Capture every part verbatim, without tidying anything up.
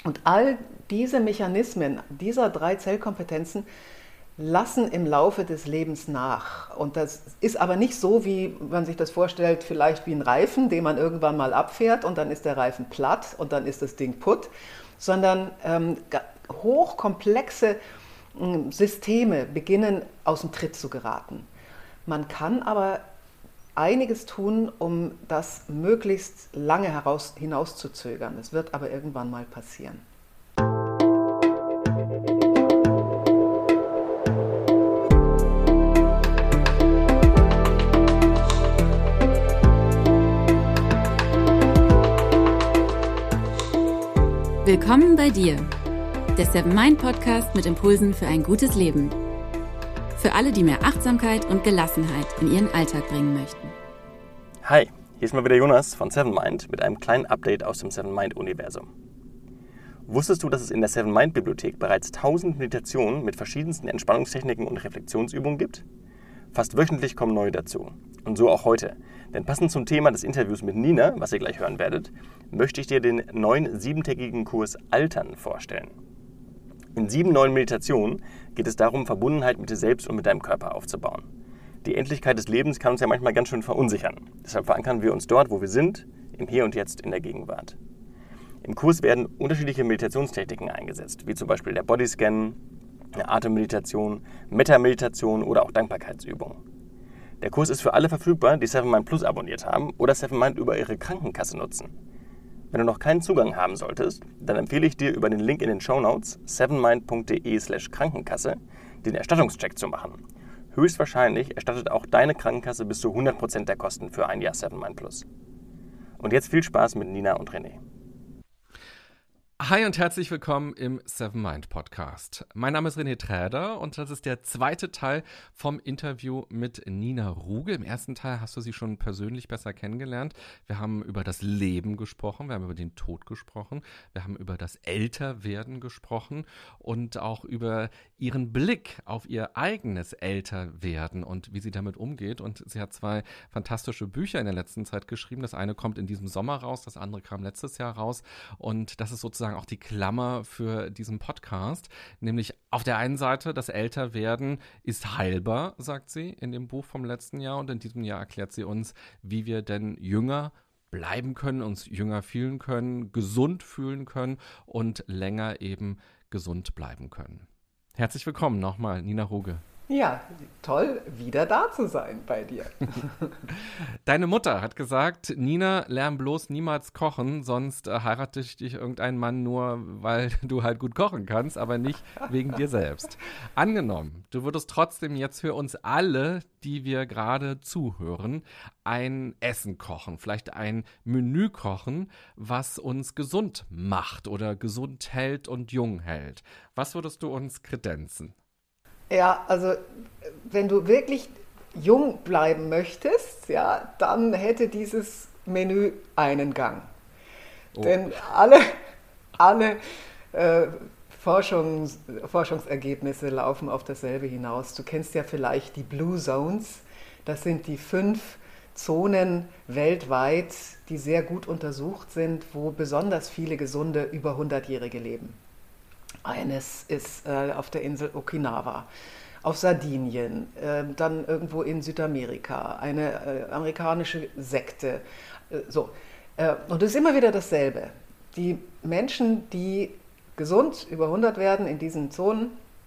Und all diese Mechanismen dieser drei Zellkompetenzen lassen im Laufe des Lebens nach. Und das ist aber nicht so, wie man sich das vorstellt, vielleicht wie ein Reifen, den man irgendwann mal abfährt und dann ist der Reifen platt und dann ist das Ding putt, sondern ähm, hochkomplexe äh, Systeme beginnen aus dem Tritt zu geraten. Man kann aber einiges tun, um das möglichst lange heraus, hinauszuzögern. Es wird aber irgendwann mal passieren. Willkommen bei dir, der Seven Mind Podcast mit Impulsen für ein gutes Leben. Für alle, die mehr Achtsamkeit und Gelassenheit in ihren Alltag bringen möchten. Hi, hier ist mal wieder Jonas von Seven Mind mit einem kleinen Update aus dem Seven Mind Universum. Wusstest du, dass es in der Seven Mind Bibliothek bereits tausend Meditationen mit verschiedensten Entspannungstechniken und Reflexionsübungen gibt? Fast wöchentlich kommen neue dazu. Und so auch heute. Denn passend zum Thema des Interviews mit Nina, was ihr gleich hören werdet, möchte ich dir den neuen siebentägigen Kurs Altern vorstellen. In sieben neuen Meditationen geht es darum, Verbundenheit mit dir selbst und mit deinem Körper aufzubauen. Die Endlichkeit des Lebens kann uns ja manchmal ganz schön verunsichern. Deshalb verankern wir uns dort, wo wir sind, im Hier und Jetzt, in der Gegenwart. Im Kurs werden unterschiedliche Meditationstechniken eingesetzt, wie zum Beispiel der Bodyscan, eine Atemmeditation, Metta-Meditation oder auch Dankbarkeitsübungen. Der Kurs ist für alle verfügbar, die Seven Mind Plus abonniert haben oder Seven Mind über ihre Krankenkasse nutzen. Wenn du noch keinen Zugang haben solltest, dann empfehle ich dir über den Link in den Shownotes sevenmind punkt de slash Krankenkasse den Erstattungscheck zu machen. Höchstwahrscheinlich erstattet auch deine Krankenkasse bis zu hundert Prozent der Kosten für ein Jahr Seven Mind Plus. Und jetzt viel Spaß mit Nina und René. Hi und herzlich willkommen im Seven Mind Podcast. Mein Name ist René Träder und das ist der zweite Teil vom Interview mit Nina Ruge. Im ersten Teil hast du sie schon persönlich besser kennengelernt. Wir haben über das Leben gesprochen, wir haben über den Tod gesprochen, wir haben über das Älterwerden gesprochen und auch über ihren Blick auf ihr eigenes Älterwerden und wie sie damit umgeht. Und sie hat zwei fantastische Bücher in der letzten Zeit geschrieben. Das eine kommt in diesem Sommer raus, das andere kam letztes Jahr raus und das ist sozusagen auch die Klammer für diesen Podcast, nämlich auf der einen Seite, das Älterwerden ist heilbar, sagt sie in dem Buch vom letzten Jahr und in diesem Jahr erklärt sie uns, wie wir denn jünger bleiben können, uns jünger fühlen können, gesund fühlen können und länger eben gesund bleiben können. Herzlich willkommen nochmal, Nina Ruge. Ja, toll, wieder da zu sein bei dir. Deine Mutter hat gesagt, Nina, lern bloß niemals kochen, sonst äh, heirate ich dich irgendein Mann nur, weil du halt gut kochen kannst, aber nicht wegen dir selbst. Angenommen, du würdest trotzdem jetzt für uns alle, die wir gerade zuhören, ein Essen kochen, vielleicht ein Menü kochen, was uns gesund macht oder gesund hält und jung hält. Was würdest du uns kredenzen? Ja, also wenn du wirklich jung bleiben möchtest, ja, dann hätte dieses Menü einen Gang. Oh. Denn alle, alle äh, Forschungs, Forschungsergebnisse laufen auf dasselbe hinaus. Du kennst ja vielleicht die Blue Zones. Das sind die fünf Zonen weltweit, die sehr gut untersucht sind, wo besonders viele gesunde, über hundertjährige leben. Eines ist äh, auf der Insel Okinawa, auf Sardinien, äh, dann irgendwo in Südamerika, eine äh, amerikanische Sekte. Äh, so. äh, und es ist immer wieder dasselbe. Die Menschen, die gesund über hundert werden in diesen Zonen,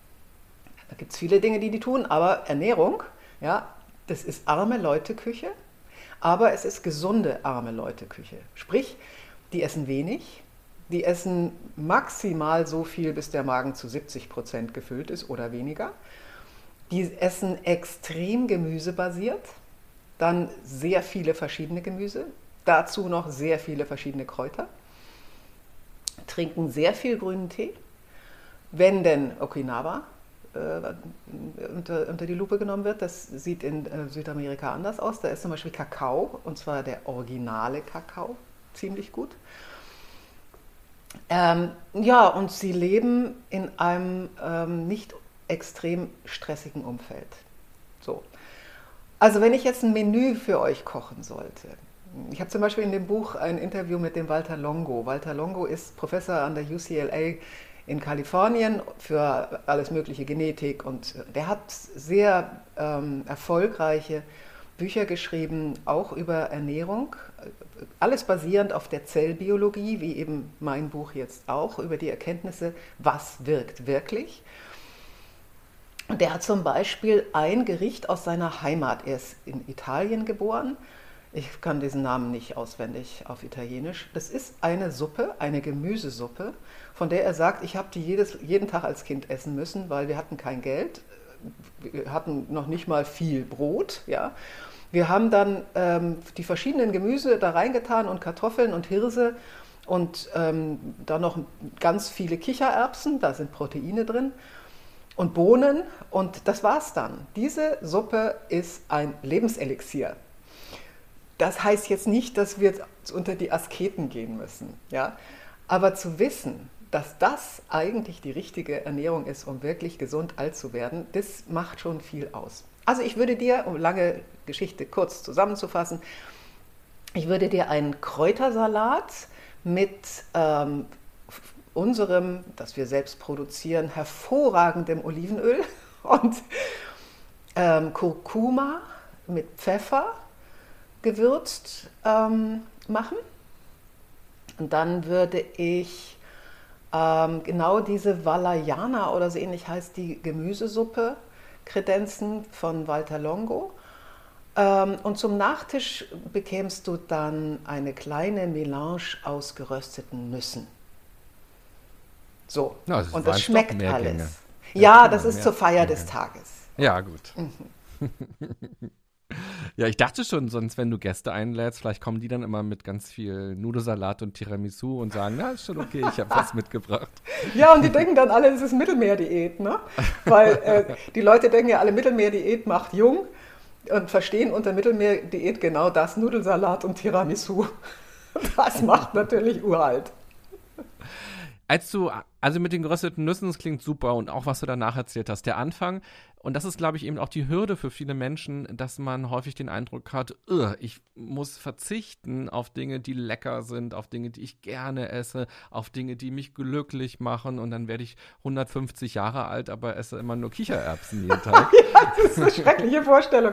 da gibt es viele Dinge, die die tun, aber Ernährung, ja, das ist arme Leute-Küche, aber es ist gesunde arme Leute-Küche. Sprich, die essen wenig. Die essen maximal so viel, bis der Magen zu siebzig Prozent gefüllt ist oder weniger. Die essen extrem gemüsebasiert, dann sehr viele verschiedene Gemüse, dazu noch sehr viele verschiedene Kräuter, trinken sehr viel grünen Tee, wenn denn Okinawa äh, unter, unter die Lupe genommen wird. Das sieht in äh, Südamerika anders aus. Da ist zum Beispiel Kakao, und zwar der originale Kakao, ziemlich gut. Ähm, ja, und sie leben in einem ähm, nicht extrem stressigen Umfeld. So. Also wenn ich jetzt ein Menü für euch kochen sollte, ich habe zum Beispiel in dem Buch ein Interview mit dem Walter Longo. Walter Longo ist Professor an der U C L A in Kalifornien für alles mögliche Genetik und der hat sehr ähm, erfolgreiche Bücher geschrieben, auch über Ernährung, alles basierend auf der Zellbiologie, wie eben mein Buch jetzt auch, über die Erkenntnisse, was wirkt wirklich. Und der hat zum Beispiel ein Gericht aus seiner Heimat, er ist in Italien geboren, ich kann diesen Namen nicht auswendig auf Italienisch, das ist eine Suppe, eine Gemüsesuppe, von der er sagt, ich habe die jedes, jeden Tag als Kind essen müssen, weil wir hatten kein Geld, wir hatten noch nicht mal viel Brot, ja. Wir haben dann ähm, die verschiedenen Gemüse da reingetan und Kartoffeln und Hirse und ähm, dann noch ganz viele Kichererbsen, da sind Proteine drin und Bohnen und das war's dann. Diese Suppe ist ein Lebenselixier. Das heißt jetzt nicht, dass wir unter die Asketen gehen müssen, ja? Aber zu wissen, dass das eigentlich die richtige Ernährung ist, um wirklich gesund alt zu werden, das macht schon viel aus. Also ich würde dir, um lange Geschichte kurz zusammenzufassen, ich würde dir einen Kräutersalat mit ähm, unserem, das wir selbst produzieren, hervorragendem Olivenöl und ähm, Kurkuma mit Pfeffer gewürzt ähm, machen. Und dann würde ich ähm, genau diese Valayana oder so ähnlich heißt die Gemüsesuppe kredenzen von Walter Longo. Ähm, und zum Nachtisch bekämst du dann eine kleine Melange aus gerösteten Nüssen. So, ja, das und das schmeckt alles. Gänge. Ja, ja das ist zur Feier Gänge. des Tages. Ja, gut. Mhm. Ja, ich dachte schon, sonst wenn du Gäste einlädst, vielleicht kommen die dann immer mit ganz viel Nudelsalat und Tiramisu und sagen, na, ist schon okay, ich habe was mitgebracht. Ja, und die denken dann alle, es ist Mittelmeerdiät, ne? Weil äh, die Leute denken ja alle, Mittelmeerdiät macht jung und verstehen unter Mittelmeerdiät genau das, Nudelsalat und Tiramisu. Das macht natürlich uralt. Als du, also mit den gerösteten Nüssen, das klingt super und auch was du danach erzählt hast, der Anfang, und das ist, glaube ich, eben auch die Hürde für viele Menschen, dass man häufig den Eindruck hat, ich muss verzichten auf Dinge, die lecker sind, auf Dinge, die ich gerne esse, auf Dinge, die mich glücklich machen und dann werde ich hundertfünfzig Jahre alt, aber esse immer nur Kichererbsen jeden Tag. Ja, das ist eine schreckliche Vorstellung.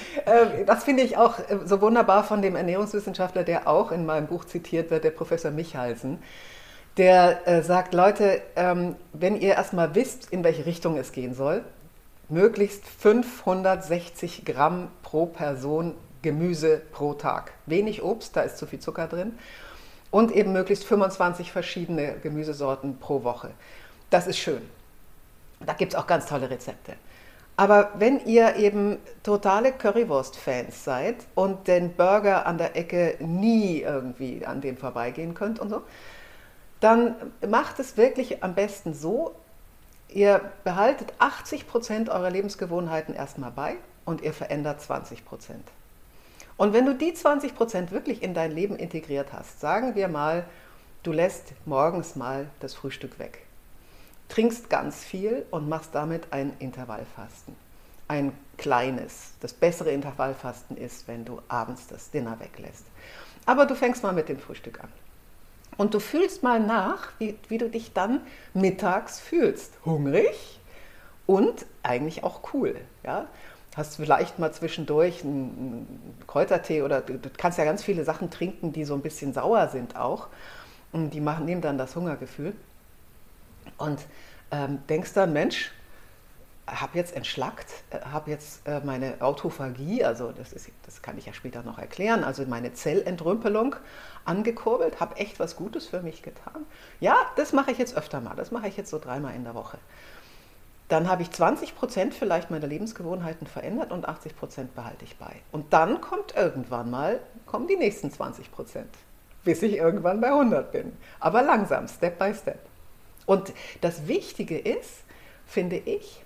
Das finde ich auch so wunderbar von dem Ernährungswissenschaftler, der auch in meinem Buch zitiert wird, der Professor Michalsen. Der äh, sagt, Leute, ähm, wenn ihr erstmal wisst, in welche Richtung es gehen soll, möglichst fünfhundertsechzig Gramm pro Person Gemüse pro Tag. Wenig Obst, da ist zu viel Zucker drin. Und eben möglichst fünfundzwanzig verschiedene Gemüsesorten pro Woche. Das ist schön. Da gibt es auch ganz tolle Rezepte. Aber wenn ihr eben totale Currywurst-Fans seid und den Burger an der Ecke nie irgendwie an dem vorbeigehen könnt und so, dann macht es wirklich am besten so, ihr behaltet achtzig Prozent eurer Lebensgewohnheiten erstmal bei und ihr verändert zwanzig Prozent. Und wenn du die zwanzig Prozent wirklich in dein Leben integriert hast, sagen wir mal, du lässt morgens mal das Frühstück weg, trinkst ganz viel und machst damit ein Intervallfasten. Ein kleines. Das bessere Intervallfasten ist, wenn du abends das Dinner weglässt. Aber du fängst mal mit dem Frühstück an. Und du fühlst mal nach, wie, wie du dich dann mittags fühlst. Hungrig und eigentlich auch cool. Ja? Hast vielleicht mal zwischendurch einen, einen Kräutertee oder du, du kannst ja ganz viele Sachen trinken, die so ein bisschen sauer sind auch. Und die machen, nehmen dann das Hungergefühl. Und ähm, denkst dann, Mensch, habe jetzt entschlackt, habe jetzt äh, meine Autophagie, also das, ist, das kann ich ja später noch erklären, also meine Zellentrümpelung angekurbelt, habe echt was Gutes für mich getan. Ja, das mache ich jetzt öfter mal, das mache ich jetzt so dreimal in der Woche. Dann habe ich zwanzig Prozent vielleicht meine Lebensgewohnheiten verändert und achtzig Prozent behalte ich bei. Und dann kommt irgendwann mal, kommen die nächsten zwanzig Prozent, bis ich irgendwann bei hundert bin. Aber langsam, Step by Step. Und das Wichtige ist, finde ich,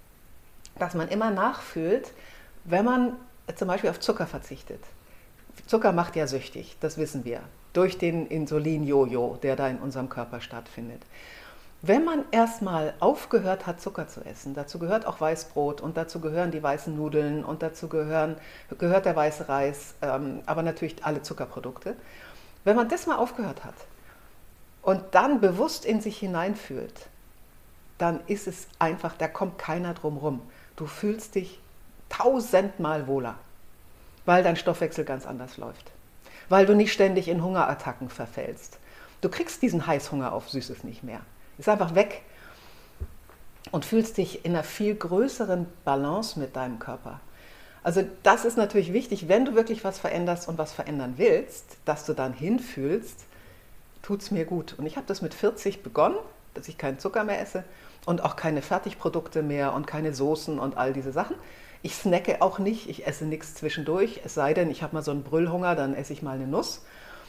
dass man immer nachfühlt, wenn man zum Beispiel auf Zucker verzichtet. Zucker macht ja süchtig, das wissen wir, durch den Insulin-Jojo, der da in unserem Körper stattfindet. Wenn man erstmal aufgehört hat, Zucker zu essen, dazu gehört auch Weißbrot und dazu gehören die weißen Nudeln und dazu gehören, gehört der weiße Reis, ähm, aber natürlich alle Zuckerprodukte. Wenn man das mal aufgehört hat und dann bewusst in sich hineinfühlt, dann ist es einfach, da kommt keiner drum rum. Du fühlst dich tausendmal wohler, weil dein Stoffwechsel ganz anders läuft, weil du nicht ständig in Hungerattacken verfällst. Du kriegst diesen Heißhunger auf Süßes nicht mehr. Ist einfach weg und fühlst dich in einer viel größeren Balance mit deinem Körper. Also das ist natürlich wichtig, wenn du wirklich was veränderst und was verändern willst, dass du dann hinfühlst, tut es mir gut. Und ich habe das mit vierzig begonnen, dass ich keinen Zucker mehr esse und auch keine Fertigprodukte mehr und keine Soßen und all diese Sachen. Ich snacke auch nicht, ich esse nichts zwischendurch, es sei denn, ich habe mal so einen Brüllhunger, dann esse ich mal eine Nuss.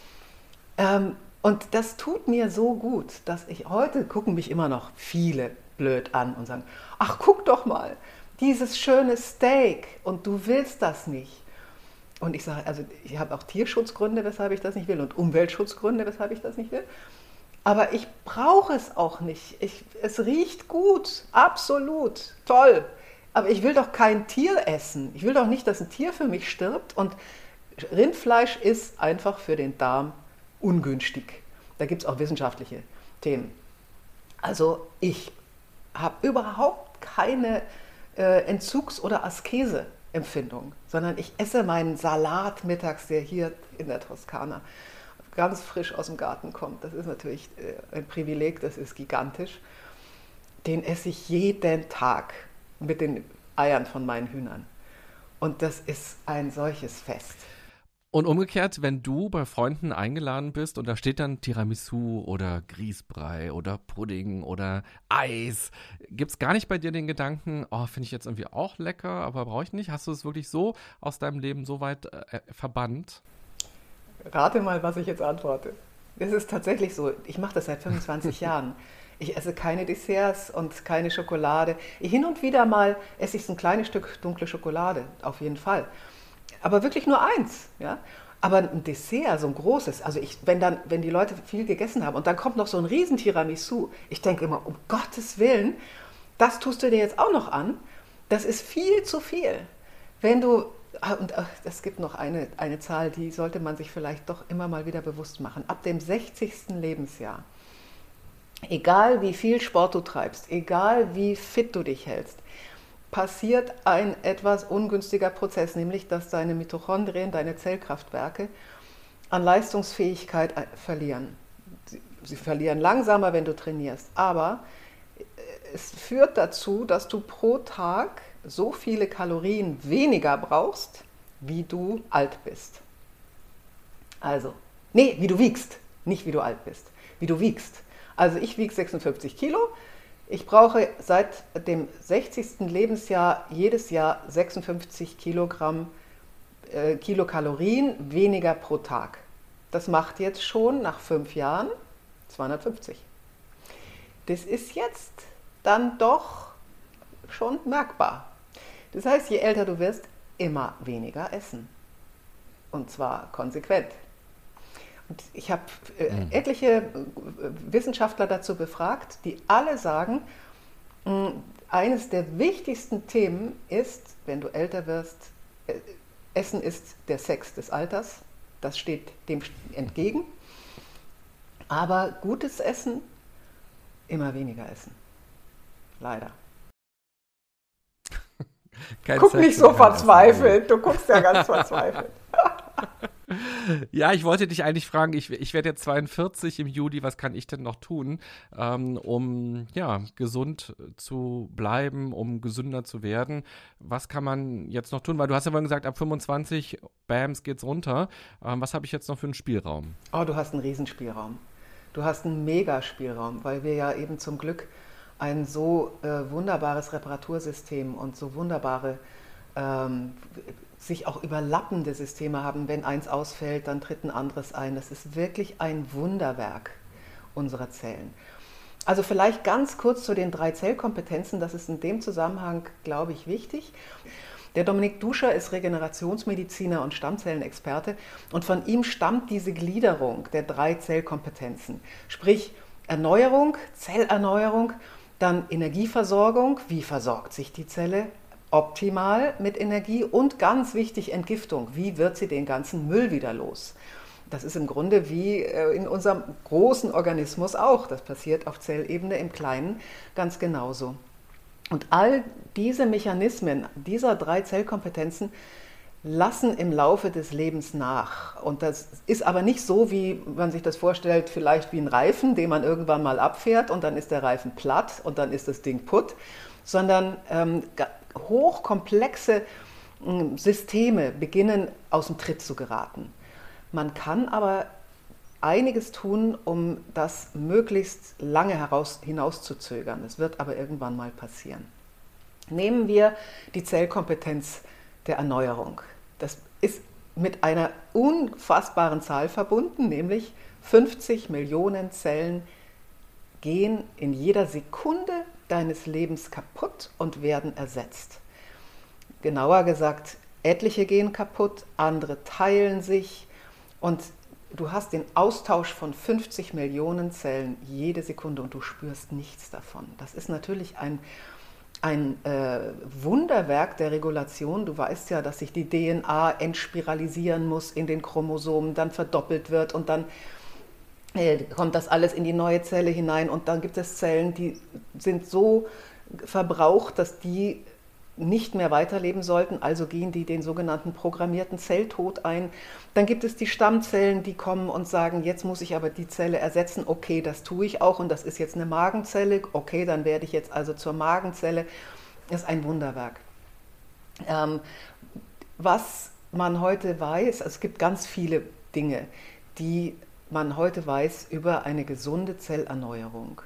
Ähm, Und das tut mir so gut, dass ich heute, gucken mich immer noch viele blöd an und sagen, ach guck doch mal, dieses schöne Steak und du willst das nicht. Und ich sage, also ich habe auch Tierschutzgründe, weshalb ich das nicht will und Umweltschutzgründe, weshalb ich das nicht will. Aber ich brauche es auch nicht. Ich, es riecht gut, absolut, toll. Aber ich will doch kein Tier essen. Ich will doch nicht, dass ein Tier für mich stirbt. Und Rindfleisch ist einfach für den Darm ungünstig. Da gibt es auch wissenschaftliche Themen. Also ich habe überhaupt keine äh, Entzugs- oder Askese-Empfindung, sondern ich esse meinen Salat mittags, der hier in der Toskana ganz frisch aus dem Garten kommt. Das ist natürlich äh, ein Privileg, das ist gigantisch. Den esse ich jeden Tag mit den Eiern von meinen Hühnern. Und das ist ein solches Fest. Und umgekehrt, wenn du bei Freunden eingeladen bist und da steht dann Tiramisu oder Grießbrei oder Pudding oder Eis, gibt es gar nicht bei dir den Gedanken, oh, finde ich jetzt irgendwie auch lecker, aber brauche ich nicht? Hast du es wirklich so aus deinem Leben so weit äh, verbannt? Rate mal, was ich jetzt antworte. Es ist tatsächlich so, ich mache das seit fünfundzwanzig Jahren. Ich esse keine Desserts und keine Schokolade. Hin und wieder mal esse ich so ein kleines Stück dunkle Schokolade, auf jeden Fall. Aber wirklich nur eins, ja. Aber ein Dessert, so ein großes, also ich, wenn dann, wenn die Leute viel gegessen haben und dann kommt noch so ein riesen Tiramisu, ich denke immer, um Gottes Willen, das tust du dir jetzt auch noch an, das ist viel zu viel. Wenn du, und es gibt noch eine, eine Zahl, die sollte man sich vielleicht doch immer mal wieder bewusst machen, ab dem sechzigsten Lebensjahr, egal wie viel Sport du treibst, egal wie fit du dich hältst, passiert ein etwas ungünstiger Prozess, nämlich dass deine Mitochondrien, deine Zellkraftwerke an Leistungsfähigkeit verlieren. Sie, sie verlieren langsamer, wenn du trainierst, aber es führt dazu, dass du pro Tag so viele Kalorien weniger brauchst, wie du alt bist. Also, nee, wie du wiegst, nicht wie du alt bist, wie du wiegst. Also ich wiege sechsundfünfzig Kilo. Ich brauche seit dem sechzigsten Lebensjahr jedes Jahr sechsundfünfzig Kilogramm äh, Kilokalorien weniger pro Tag. Das macht jetzt schon nach fünf Jahren zweihundertfünfzig. Das ist jetzt dann doch schon merkbar. Das heißt, je älter du wirst, immer weniger essen. Und zwar konsequent. Und ich habe äh, mhm. etliche äh, Wissenschaftler dazu befragt, die alle sagen, mh, eines der wichtigsten Themen ist, wenn du älter wirst, äh, Essen ist der Sex des Alters. Das steht dem entgegen. Aber gutes Essen, immer weniger essen. Leider. Kein Guck Sex nicht so verzweifelt. Essen. Du guckst ja ganz verzweifelt. Ja, ich wollte dich eigentlich fragen, ich, ich werde jetzt zweiundvierzig im Juli, was kann ich denn noch tun, ähm, um ja, gesund zu bleiben, um gesünder zu werden? Was kann man jetzt noch tun? Weil du hast ja vorhin gesagt, ab fünfundzwanzig, bams, geht's runter. Ähm, was habe ich jetzt noch für einen Spielraum? Oh, du hast einen Riesenspielraum. Du hast einen Megaspielraum, weil wir ja eben zum Glück ein so äh, wunderbares Reparatursystem und so wunderbare ähm, sich auch überlappende Systeme haben. Wenn eins ausfällt, dann tritt ein anderes ein. Das ist wirklich ein Wunderwerk unserer Zellen. Also vielleicht ganz kurz zu den drei Zellkompetenzen. Das ist in dem Zusammenhang, glaube ich, wichtig. Der Dominik Duscher ist Regenerationsmediziner und Stammzellenexperte und von ihm stammt diese Gliederung der drei Zellkompetenzen. Sprich, Erneuerung, Zellerneuerung, dann Energieversorgung, wie versorgt sich die Zelle optimal mit Energie und ganz wichtig Entgiftung, wie wird sie den ganzen Müll wieder los. Das ist im Grunde wie in unserem großen Organismus auch, das passiert auf Zellebene im Kleinen ganz genauso. Und all diese Mechanismen dieser drei Zellkompetenzen lassen im Laufe des Lebens nach. Und das ist aber nicht so, wie man sich das vorstellt, vielleicht wie ein Reifen, den man irgendwann mal abfährt und dann ist der Reifen platt und dann ist das Ding putt, sondern ähm, hochkomplexe äh, Systeme beginnen aus dem Tritt zu geraten. Man kann aber einiges tun, um das möglichst lange heraus, hinauszuzögern. Das wird aber irgendwann mal passieren. Nehmen wir die Zellkompetenz der Erneuerung. Das ist mit einer unfassbaren Zahl verbunden, nämlich fünfzig Millionen Zellen gehen in jeder Sekunde deines Lebens kaputt und werden ersetzt. Genauer gesagt, etliche gehen kaputt, andere teilen sich und du hast den Austausch von fünfzig Millionen Zellen jede Sekunde und du spürst nichts davon. Das ist natürlich ein Ein äh, Wunderwerk der Regulation. Du weißt ja, dass sich die D N A entspiralisieren muss in den Chromosomen, dann verdoppelt wird und dann äh, kommt das alles in die neue Zelle hinein und dann gibt es Zellen, die sind so verbraucht, dass die nicht mehr weiterleben sollten, also gehen die den sogenannten programmierten Zelltod ein. Dann gibt es die Stammzellen, die kommen und sagen, jetzt muss ich aber die Zelle ersetzen, okay, das tue ich auch und das ist jetzt eine Magenzelle, okay, dann werde ich jetzt also zur Magenzelle. Das ist ein Wunderwerk. Ähm, was man heute weiß, also es gibt ganz viele Dinge, die man heute weiß über eine gesunde Zellerneuerung.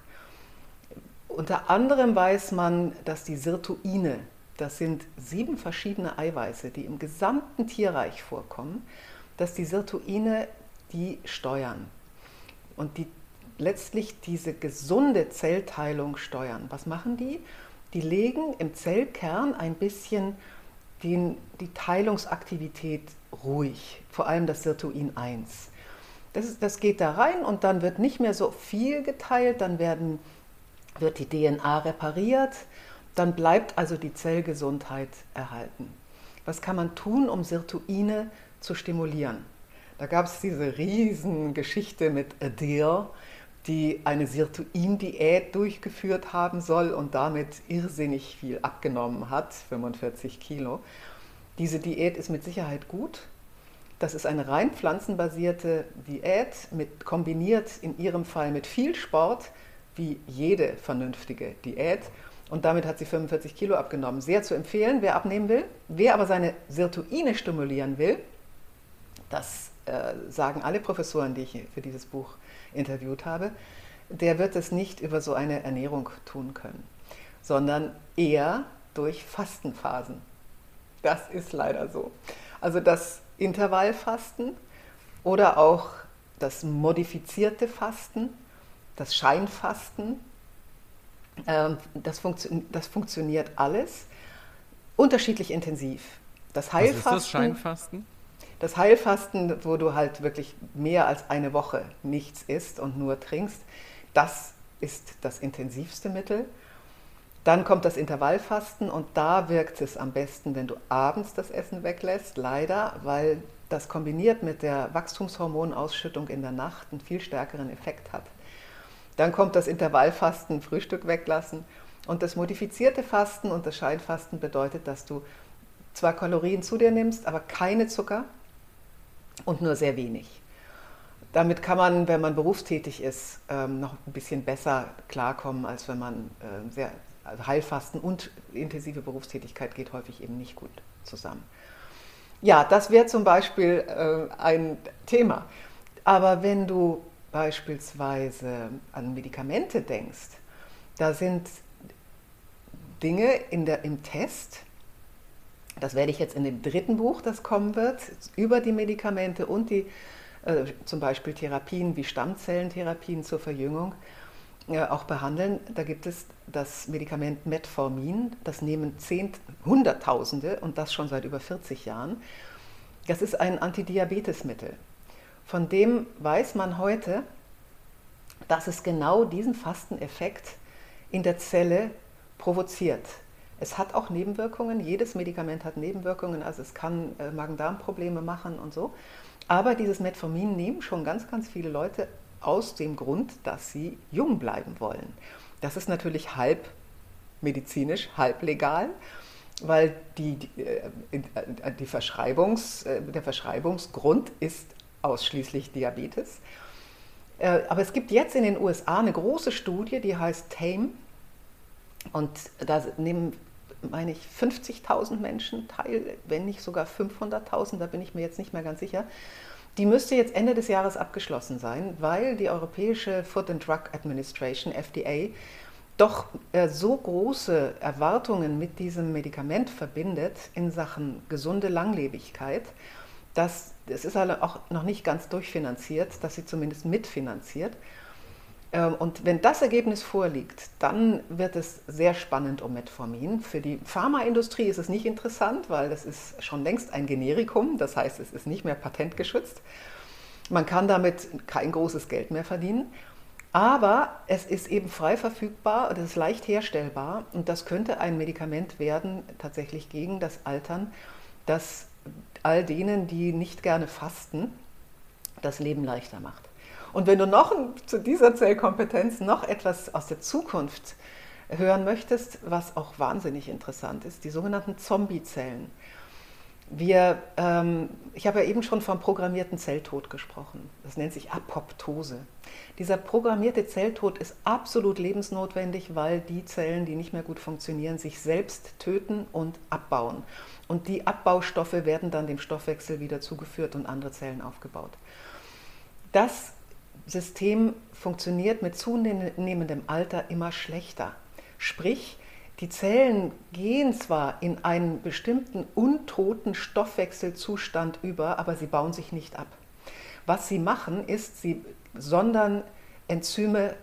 Unter anderem weiß man, dass die Sirtuine, das sind sieben verschiedene Eiweiße, die im gesamten Tierreich vorkommen, dass die Sirtuine die steuern und die letztlich diese gesunde Zellteilung steuern. Was machen die? Die legen im Zellkern ein bisschen den, die Teilungsaktivität ruhig, vor allem das Sirtuin eins. Das, ist, das geht da rein und dann wird nicht mehr so viel geteilt, dann werden, wird die D N A repariert. Dann bleibt also die Zellgesundheit erhalten. Was kann man tun, um Sirtuine zu stimulieren? Da gab es diese Riesengeschichte mit Adair, die eine Sirtuin-Diät durchgeführt haben soll und damit irrsinnig viel abgenommen hat, fünfundvierzig Kilo. Diese Diät ist mit Sicherheit gut. Das ist eine rein pflanzenbasierte Diät, mit, kombiniert in ihrem Fall mit viel Sport, wie jede vernünftige Diät. Und damit hat sie fünfundvierzig Kilo abgenommen. Sehr zu empfehlen, wer abnehmen will. Wer aber seine Sirtuine stimulieren will, das äh, sagen alle Professoren, die ich für dieses Buch interviewt habe, der wird es nicht über so eine Ernährung tun können, sondern eher durch Fastenphasen. Das ist leider so. Also das Intervallfasten oder auch das modifizierte Fasten, das Scheinfasten, Das, funktio- das funktioniert alles unterschiedlich intensiv. Das Heilfasten, Was ist das Scheinfasten? Das Heilfasten, wo du halt wirklich mehr als eine Woche nichts isst und nur trinkst, das ist das intensivste Mittel. Dann kommt das Intervallfasten und da wirkt es am besten, wenn du abends das Essen weglässt, leider, weil das kombiniert mit der Wachstumshormonausschüttung in der Nacht einen viel stärkeren Effekt hat. Dann kommt das Intervallfasten, Frühstück weglassen. Und das modifizierte Fasten und das Scheinfasten bedeutet, dass du zwar Kalorien zu dir nimmst, aber keine Zucker und nur sehr wenig. Damit kann man, wenn man berufstätig ist, noch ein bisschen besser klarkommen, als wenn man sehr, also Heilfasten und intensive Berufstätigkeit geht häufig eben nicht gut zusammen. Ja, das wäre zum Beispiel ein Thema. Aber wenn du beispielsweise an Medikamente denkst, da sind Dinge in der, im Test, das werde ich jetzt in dem dritten Buch, das kommen wird, über die Medikamente und die äh, zum Beispiel Therapien wie Stammzellentherapien zur Verjüngung äh, auch behandeln. Da gibt es das Medikament Metformin, das nehmen Zehnt, Hunderttausende und das schon seit über vierzig Jahren. Das ist ein Antidiabetesmittel. Von dem weiß man heute, dass es genau diesen Fasteneffekt in der Zelle provoziert. Es hat auch Nebenwirkungen, jedes Medikament hat Nebenwirkungen, also es kann äh, Magen-Darm-Probleme machen und so. Aber dieses Metformin nehmen schon ganz, ganz viele Leute aus dem Grund, dass sie jung bleiben wollen. Das ist natürlich halb medizinisch, halb legal, weil die, die, die Verschreibungs, der Verschreibungsgrund ist ausschließlich Diabetes. Aber es gibt jetzt in den U S A eine große Studie, die heißt TAME, und da nehmen, meine ich, fünfzigtausend Menschen teil, wenn nicht sogar fünfhunderttausend, da bin ich mir jetzt nicht mehr ganz sicher. Die müsste jetzt Ende des Jahres abgeschlossen sein, weil die Europäische Food and Drug Administration, F D A, doch äh, so große Erwartungen mit diesem Medikament verbindet in Sachen gesunde Langlebigkeit, dass es ist halt auch noch nicht ganz durchfinanziert, dass sie zumindest mitfinanziert. Ähm, und wenn das Ergebnis vorliegt, dann wird es sehr spannend um Metformin. Für die Pharmaindustrie ist es nicht interessant, weil das ist schon längst ein Generikum, das heißt, es ist nicht mehr patentgeschützt. Man kann damit kein großes Geld mehr verdienen. Aber es ist eben frei verfügbar und es ist leicht herstellbar, und das könnte ein Medikament werden, tatsächlich gegen das Altern, das all denen, die nicht gerne fasten, das Leben leichter macht. Und wenn du noch zu dieser Zellkompetenz noch etwas aus der Zukunft hören möchtest, was auch wahnsinnig interessant ist, die sogenannten Zombiezellen. Wir, ähm, ich habe ja eben schon vom programmierten Zelltod gesprochen. Das nennt sich Apoptose. Dieser programmierte Zelltod ist absolut lebensnotwendig, weil die Zellen, die nicht mehr gut funktionieren, sich selbst töten und abbauen. Und die Abbaustoffe werden dann dem Stoffwechsel wieder zugeführt und andere Zellen aufgebaut. Das System funktioniert mit zunehmendem Alter immer schlechter. Sprich, die Zellen gehen zwar in einen bestimmten untoten Stoffwechselzustand über, aber sie bauen sich nicht ab. Was sie machen, ist, sie sondern Enzyme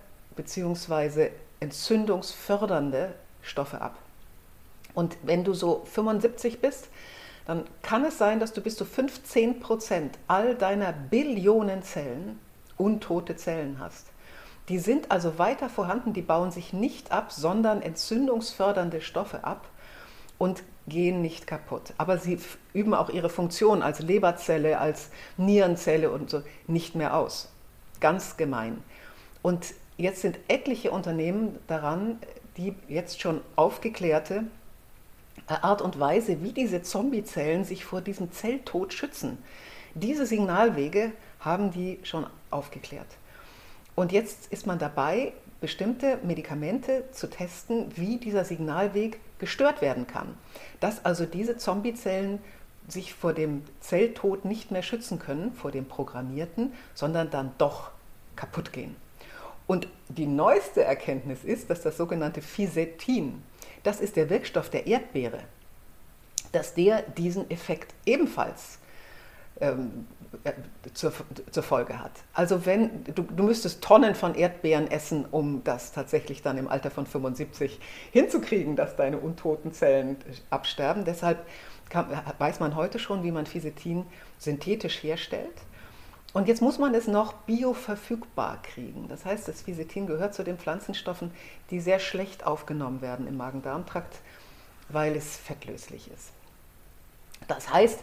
bzw. entzündungsfördernde Stoffe ab. Und wenn du so fünfundsiebzig bist, dann kann es sein, dass du bis zu fünfzehn Prozent all deiner Billionen Zellen untote Zellen hast. Die sind also weiter vorhanden, die bauen sich nicht ab, sondern entzündungsfördernde Stoffe ab und gehen nicht kaputt. Aber sie üben auch ihre Funktion als Leberzelle, als Nierenzelle und so nicht mehr aus. Ganz gemein. Und jetzt sind etliche Unternehmen daran, die jetzt schon aufgeklärte Art und Weise, wie diese Zombiezellen sich vor diesem Zelltod schützen. Diese Signalwege haben die schon aufgeklärt. Und jetzt ist man dabei, bestimmte Medikamente zu testen, wie dieser Signalweg gestört werden kann. Dass also diese Zombiezellen sich vor dem Zelltod nicht mehr schützen können, vor dem Programmierten, sondern dann doch kaputt gehen. Und die neueste Erkenntnis ist, dass das sogenannte Fisetin, das ist der Wirkstoff der Erdbeere, dass der diesen Effekt ebenfalls ähm, Zur, zur Folge hat. Also wenn du, du müsstest Tonnen von Erdbeeren essen, um das tatsächlich dann im Alter von fünfundsiebzig hinzukriegen, dass deine untoten Zellen absterben. Deshalb kann, weiß man heute schon, wie man Fisetin synthetisch herstellt. Und jetzt muss man es noch bioverfügbar kriegen. Das heißt, das Fisetin gehört zu den Pflanzenstoffen, die sehr schlecht aufgenommen werden im Magen-Darm-Trakt, weil es fettlöslich ist. Das heißt,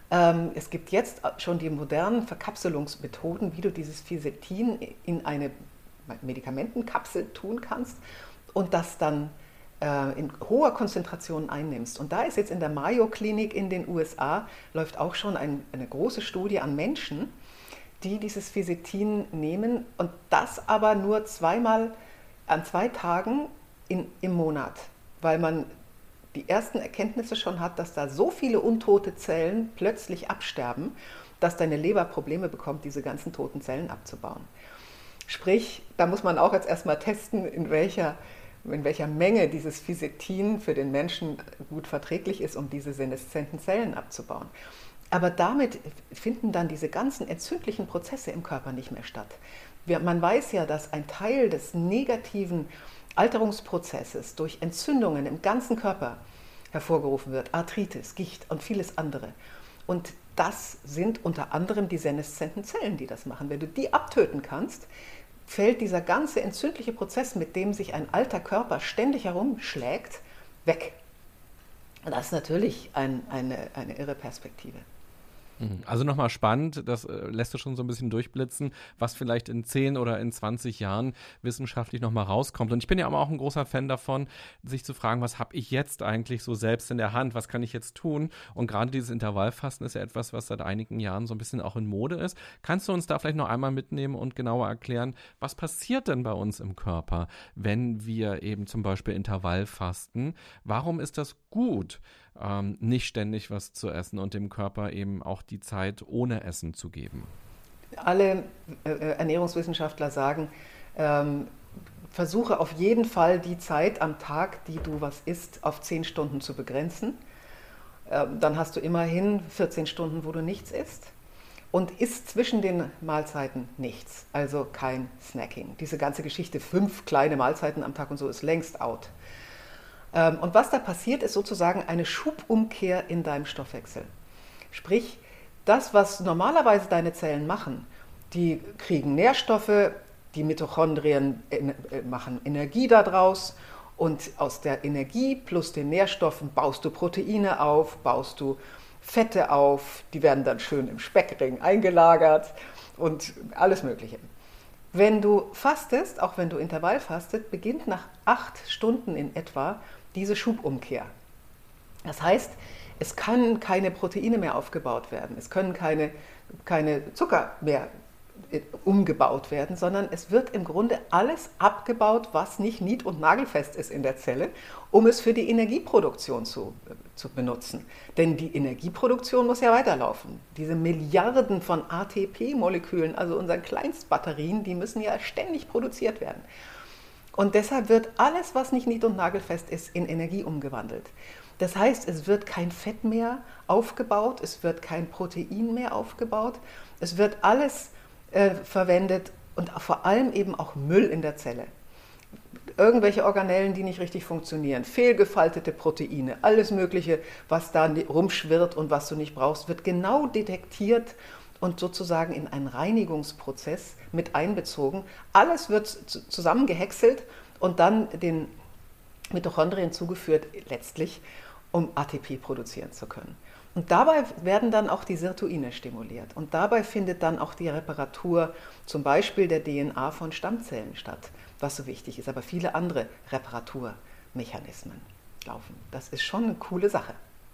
es gibt jetzt schon die modernen Verkapselungsmethoden, wie du dieses Fisetin in eine Medikamentenkapsel tun kannst und das dann in hoher Konzentration einnimmst. Und da ist jetzt in der Mayo Klinik in den U S A, läuft auch schon ein, eine große Studie an Menschen, die dieses Fisetin nehmen und das aber nur zweimal an zwei Tagen in, im Monat, weil man die ersten Erkenntnisse schon hat, dass da so viele untote Zellen plötzlich absterben, dass deine Leber Probleme bekommt, diese ganzen toten Zellen abzubauen. Sprich, da muss man auch jetzt erstmal testen, in welcher, in welcher Menge dieses Fisetin für den Menschen gut verträglich ist, um diese seneszenten Zellen abzubauen. Aber damit finden dann diese ganzen entzündlichen Prozesse im Körper nicht mehr statt. Wir, man weiß ja, dass ein Teil des negativen Alterungsprozesses durch Entzündungen im ganzen Körper hervorgerufen wird, Arthritis, Gicht und vieles andere. Und das sind unter anderem die seneszenten Zellen, die das machen. Wenn du die abtöten kannst, fällt dieser ganze entzündliche Prozess, mit dem sich ein alter Körper ständig herumschlägt, weg. Das ist natürlich ein, eine, eine irre Perspektive. Also nochmal spannend, das äh, lässt du schon so ein bisschen durchblitzen, was vielleicht in zehn oder in zwanzig Jahren wissenschaftlich nochmal rauskommt. Und ich bin ja aber auch ein großer Fan davon, sich zu fragen, was habe ich jetzt eigentlich so selbst in der Hand, was kann ich jetzt tun? Und gerade dieses Intervallfasten ist ja etwas, was seit einigen Jahren so ein bisschen auch in Mode ist. Kannst du uns da vielleicht noch einmal mitnehmen und genauer erklären, was passiert denn bei uns im Körper, wenn wir eben zum Beispiel Intervallfasten? Warum ist das gut? Ähm, nicht ständig was zu essen und dem Körper eben auch die Zeit ohne Essen zu geben. Alle äh, Ernährungswissenschaftler sagen, ähm, versuche auf jeden Fall die Zeit am Tag, die du was isst, auf zehn Stunden zu begrenzen. Ähm, dann hast du immerhin vierzehn Stunden, wo du nichts isst. Und isst zwischen den Mahlzeiten nichts, also kein Snacking. Diese ganze Geschichte, fünf kleine Mahlzeiten am Tag und so, ist längst out. Und was da passiert, ist sozusagen eine Schubumkehr in deinem Stoffwechsel. Sprich, das, was normalerweise deine Zellen machen, die kriegen Nährstoffe, die Mitochondrien machen Energie daraus und aus der Energie plus den Nährstoffen baust du Proteine auf, baust du Fette auf, die werden dann schön im Speckring eingelagert und alles Mögliche. Wenn du fastest, auch wenn du Intervall fastet, beginnt nach acht Stunden in etwa diese Schubumkehr. Das heißt, es können keine Proteine mehr aufgebaut werden, es können keine, keine Zucker mehr umgebaut werden, sondern es wird im Grunde alles abgebaut, was nicht nied- und nagelfest ist in der Zelle, um es für die Energieproduktion zu, zu benutzen. Denn die Energieproduktion muss ja weiterlaufen. Diese Milliarden von A T P-Molekülen, also unseren Kleinstbatterien, die müssen ja ständig produziert werden. Und deshalb wird alles, was nicht nied- und nagelfest ist, in Energie umgewandelt. Das heißt, es wird kein Fett mehr aufgebaut, es wird kein Protein mehr aufgebaut, es wird alles äh, verwendet und vor allem eben auch Müll in der Zelle. Irgendwelche Organellen, die nicht richtig funktionieren, fehlgefaltete Proteine, alles Mögliche, was da rumschwirrt und was du nicht brauchst, wird genau detektiert und sozusagen in einen Reinigungsprozess mit einbezogen. Alles wird zusammengehäckselt und dann den Mitochondrien zugeführt, letztlich, um A T P produzieren zu können. Und dabei werden dann auch die Sirtuine stimuliert. Und dabei findet dann auch die Reparatur zum Beispiel der D N A von Stammzellen statt, was so wichtig ist. Aber viele andere Reparaturmechanismen laufen. Das ist schon eine coole Sache.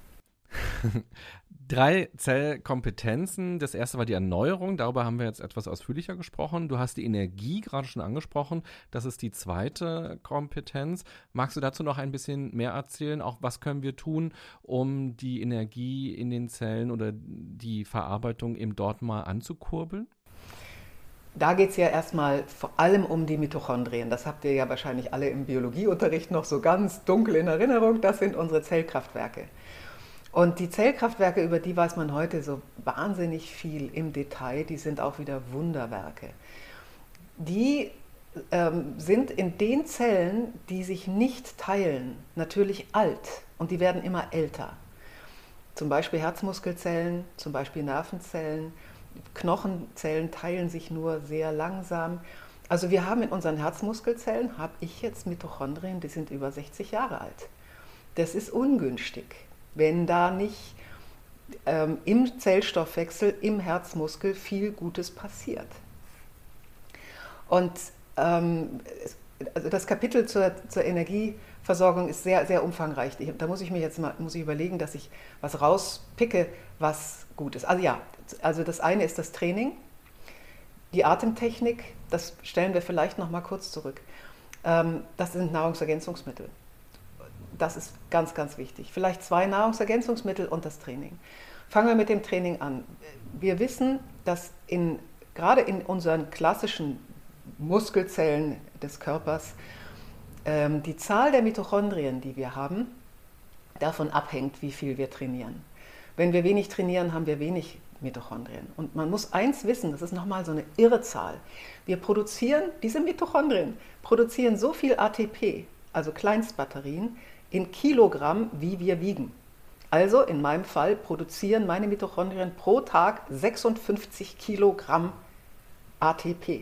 Drei Zellkompetenzen. Das erste war die Erneuerung. Darüber haben wir jetzt etwas ausführlicher gesprochen. Du hast die Energie gerade schon angesprochen. Das ist die zweite Kompetenz. Magst du dazu noch ein bisschen mehr erzählen? Auch was können wir tun, um die Energie in den Zellen oder die Verarbeitung eben dort mal anzukurbeln? Da geht es ja erstmal vor allem um die Mitochondrien. Das habt ihr ja wahrscheinlich alle im Biologieunterricht noch so ganz dunkel in Erinnerung. Das sind unsere Zellkraftwerke. Und die Zellkraftwerke, über die weiß man heute so wahnsinnig viel im Detail, die sind auch wieder Wunderwerke. Die ähm, sind in den Zellen, die sich nicht teilen, natürlich alt und die werden immer älter. Zum Beispiel Herzmuskelzellen, zum Beispiel Nervenzellen, Knochenzellen teilen sich nur sehr langsam. Also wir haben in unseren Herzmuskelzellen, habe ich jetzt Mitochondrien, die sind über sechzig Jahre alt. Das ist ungünstig, wenn da nicht ähm, im Zellstoffwechsel, im Herzmuskel viel Gutes passiert. Und ähm, also das Kapitel zur, zur Energieversorgung ist sehr, sehr umfangreich. Da muss ich mir jetzt mal muss ich überlegen, dass ich was rauspicke, was gut ist. Also ja, also das eine ist das Training, die Atemtechnik, das stellen wir vielleicht noch mal kurz zurück. Ähm, das sind Nahrungsergänzungsmittel. Das ist ganz, ganz wichtig. Vielleicht zwei Nahrungsergänzungsmittel und das Training. Fangen wir mit dem Training an. Wir wissen, dass in, gerade in unseren klassischen Muskelzellen des Körpers ähm, die Zahl der Mitochondrien, die wir haben, davon abhängt, wie viel wir trainieren. Wenn wir wenig trainieren, haben wir wenig Mitochondrien. Und man muss eins wissen, das ist nochmal so eine irre Zahl. Wir produzieren, diese Mitochondrien produzieren so viel A T P, also Kleinstbatterien, in Kilogramm, wie wir wiegen. Also in meinem Fall produzieren meine Mitochondrien pro Tag sechsundfünfzig Kilogramm A T P.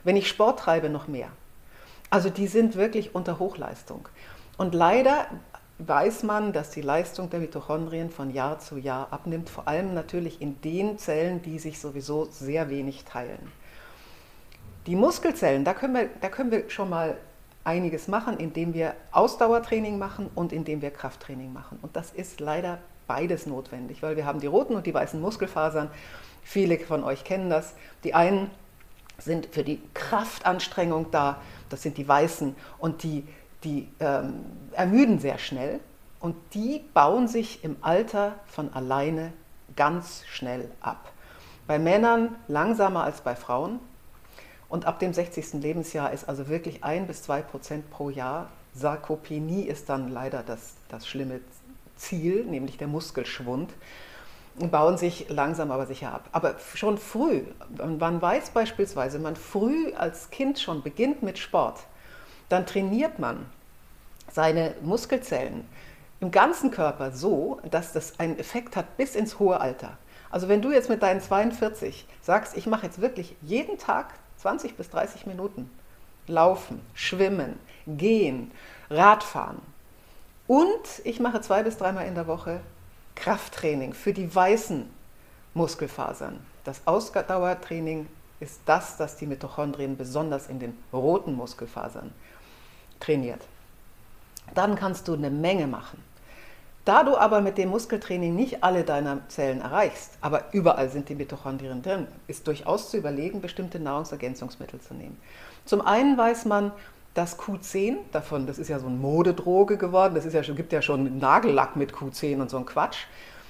Wenn ich Sport treibe, noch mehr. Also die sind wirklich unter Hochleistung. Und leider weiß man, dass die Leistung der Mitochondrien von Jahr zu Jahr abnimmt, vor allem natürlich in den Zellen, die sich sowieso sehr wenig teilen. Die Muskelzellen, da können wir, da können wir schon mal einiges machen, indem wir Ausdauertraining machen und indem wir Krafttraining machen. Und das ist leider beides notwendig, weil wir haben die roten und die weißen Muskelfasern. Viele von euch kennen das. Die einen sind für die Kraftanstrengung da, das sind die weißen, und die, die ähm, ermüden sehr schnell. Und die bauen sich im Alter von alleine ganz schnell ab. Bei Männern langsamer als bei Frauen. Und ab dem sechzigsten Lebensjahr ist also wirklich ein bis zwei Prozent pro Jahr. Sarkopenie ist dann leider das, das schlimme Ziel, nämlich der Muskelschwund. Und bauen sich langsam aber sicher ab. Aber schon früh, man weiß beispielsweise, wenn man früh als Kind schon beginnt mit Sport, dann trainiert man seine Muskelzellen im ganzen Körper so, dass das einen Effekt hat bis ins hohe Alter. Also wenn du jetzt mit deinen zweiundvierzig sagst, ich mache jetzt wirklich jeden Tag zwanzig bis dreißig Minuten laufen, schwimmen, gehen, Radfahren und ich mache zwei bis dreimal in der Woche Krafttraining für die weißen Muskelfasern. Das Ausdauertraining ist das, das die Mitochondrien besonders in den roten Muskelfasern trainiert. Dann kannst du eine Menge machen. Da du aber mit dem Muskeltraining nicht alle deiner Zellen erreichst, aber überall sind die Mitochondrien drin, ist durchaus zu überlegen, bestimmte Nahrungsergänzungsmittel zu nehmen. Zum einen weiß man, dass Q zehn, davon, das ist ja so eine Modedroge geworden, es ja gibt ja schon Nagellack mit Q zehn und so ein Quatsch.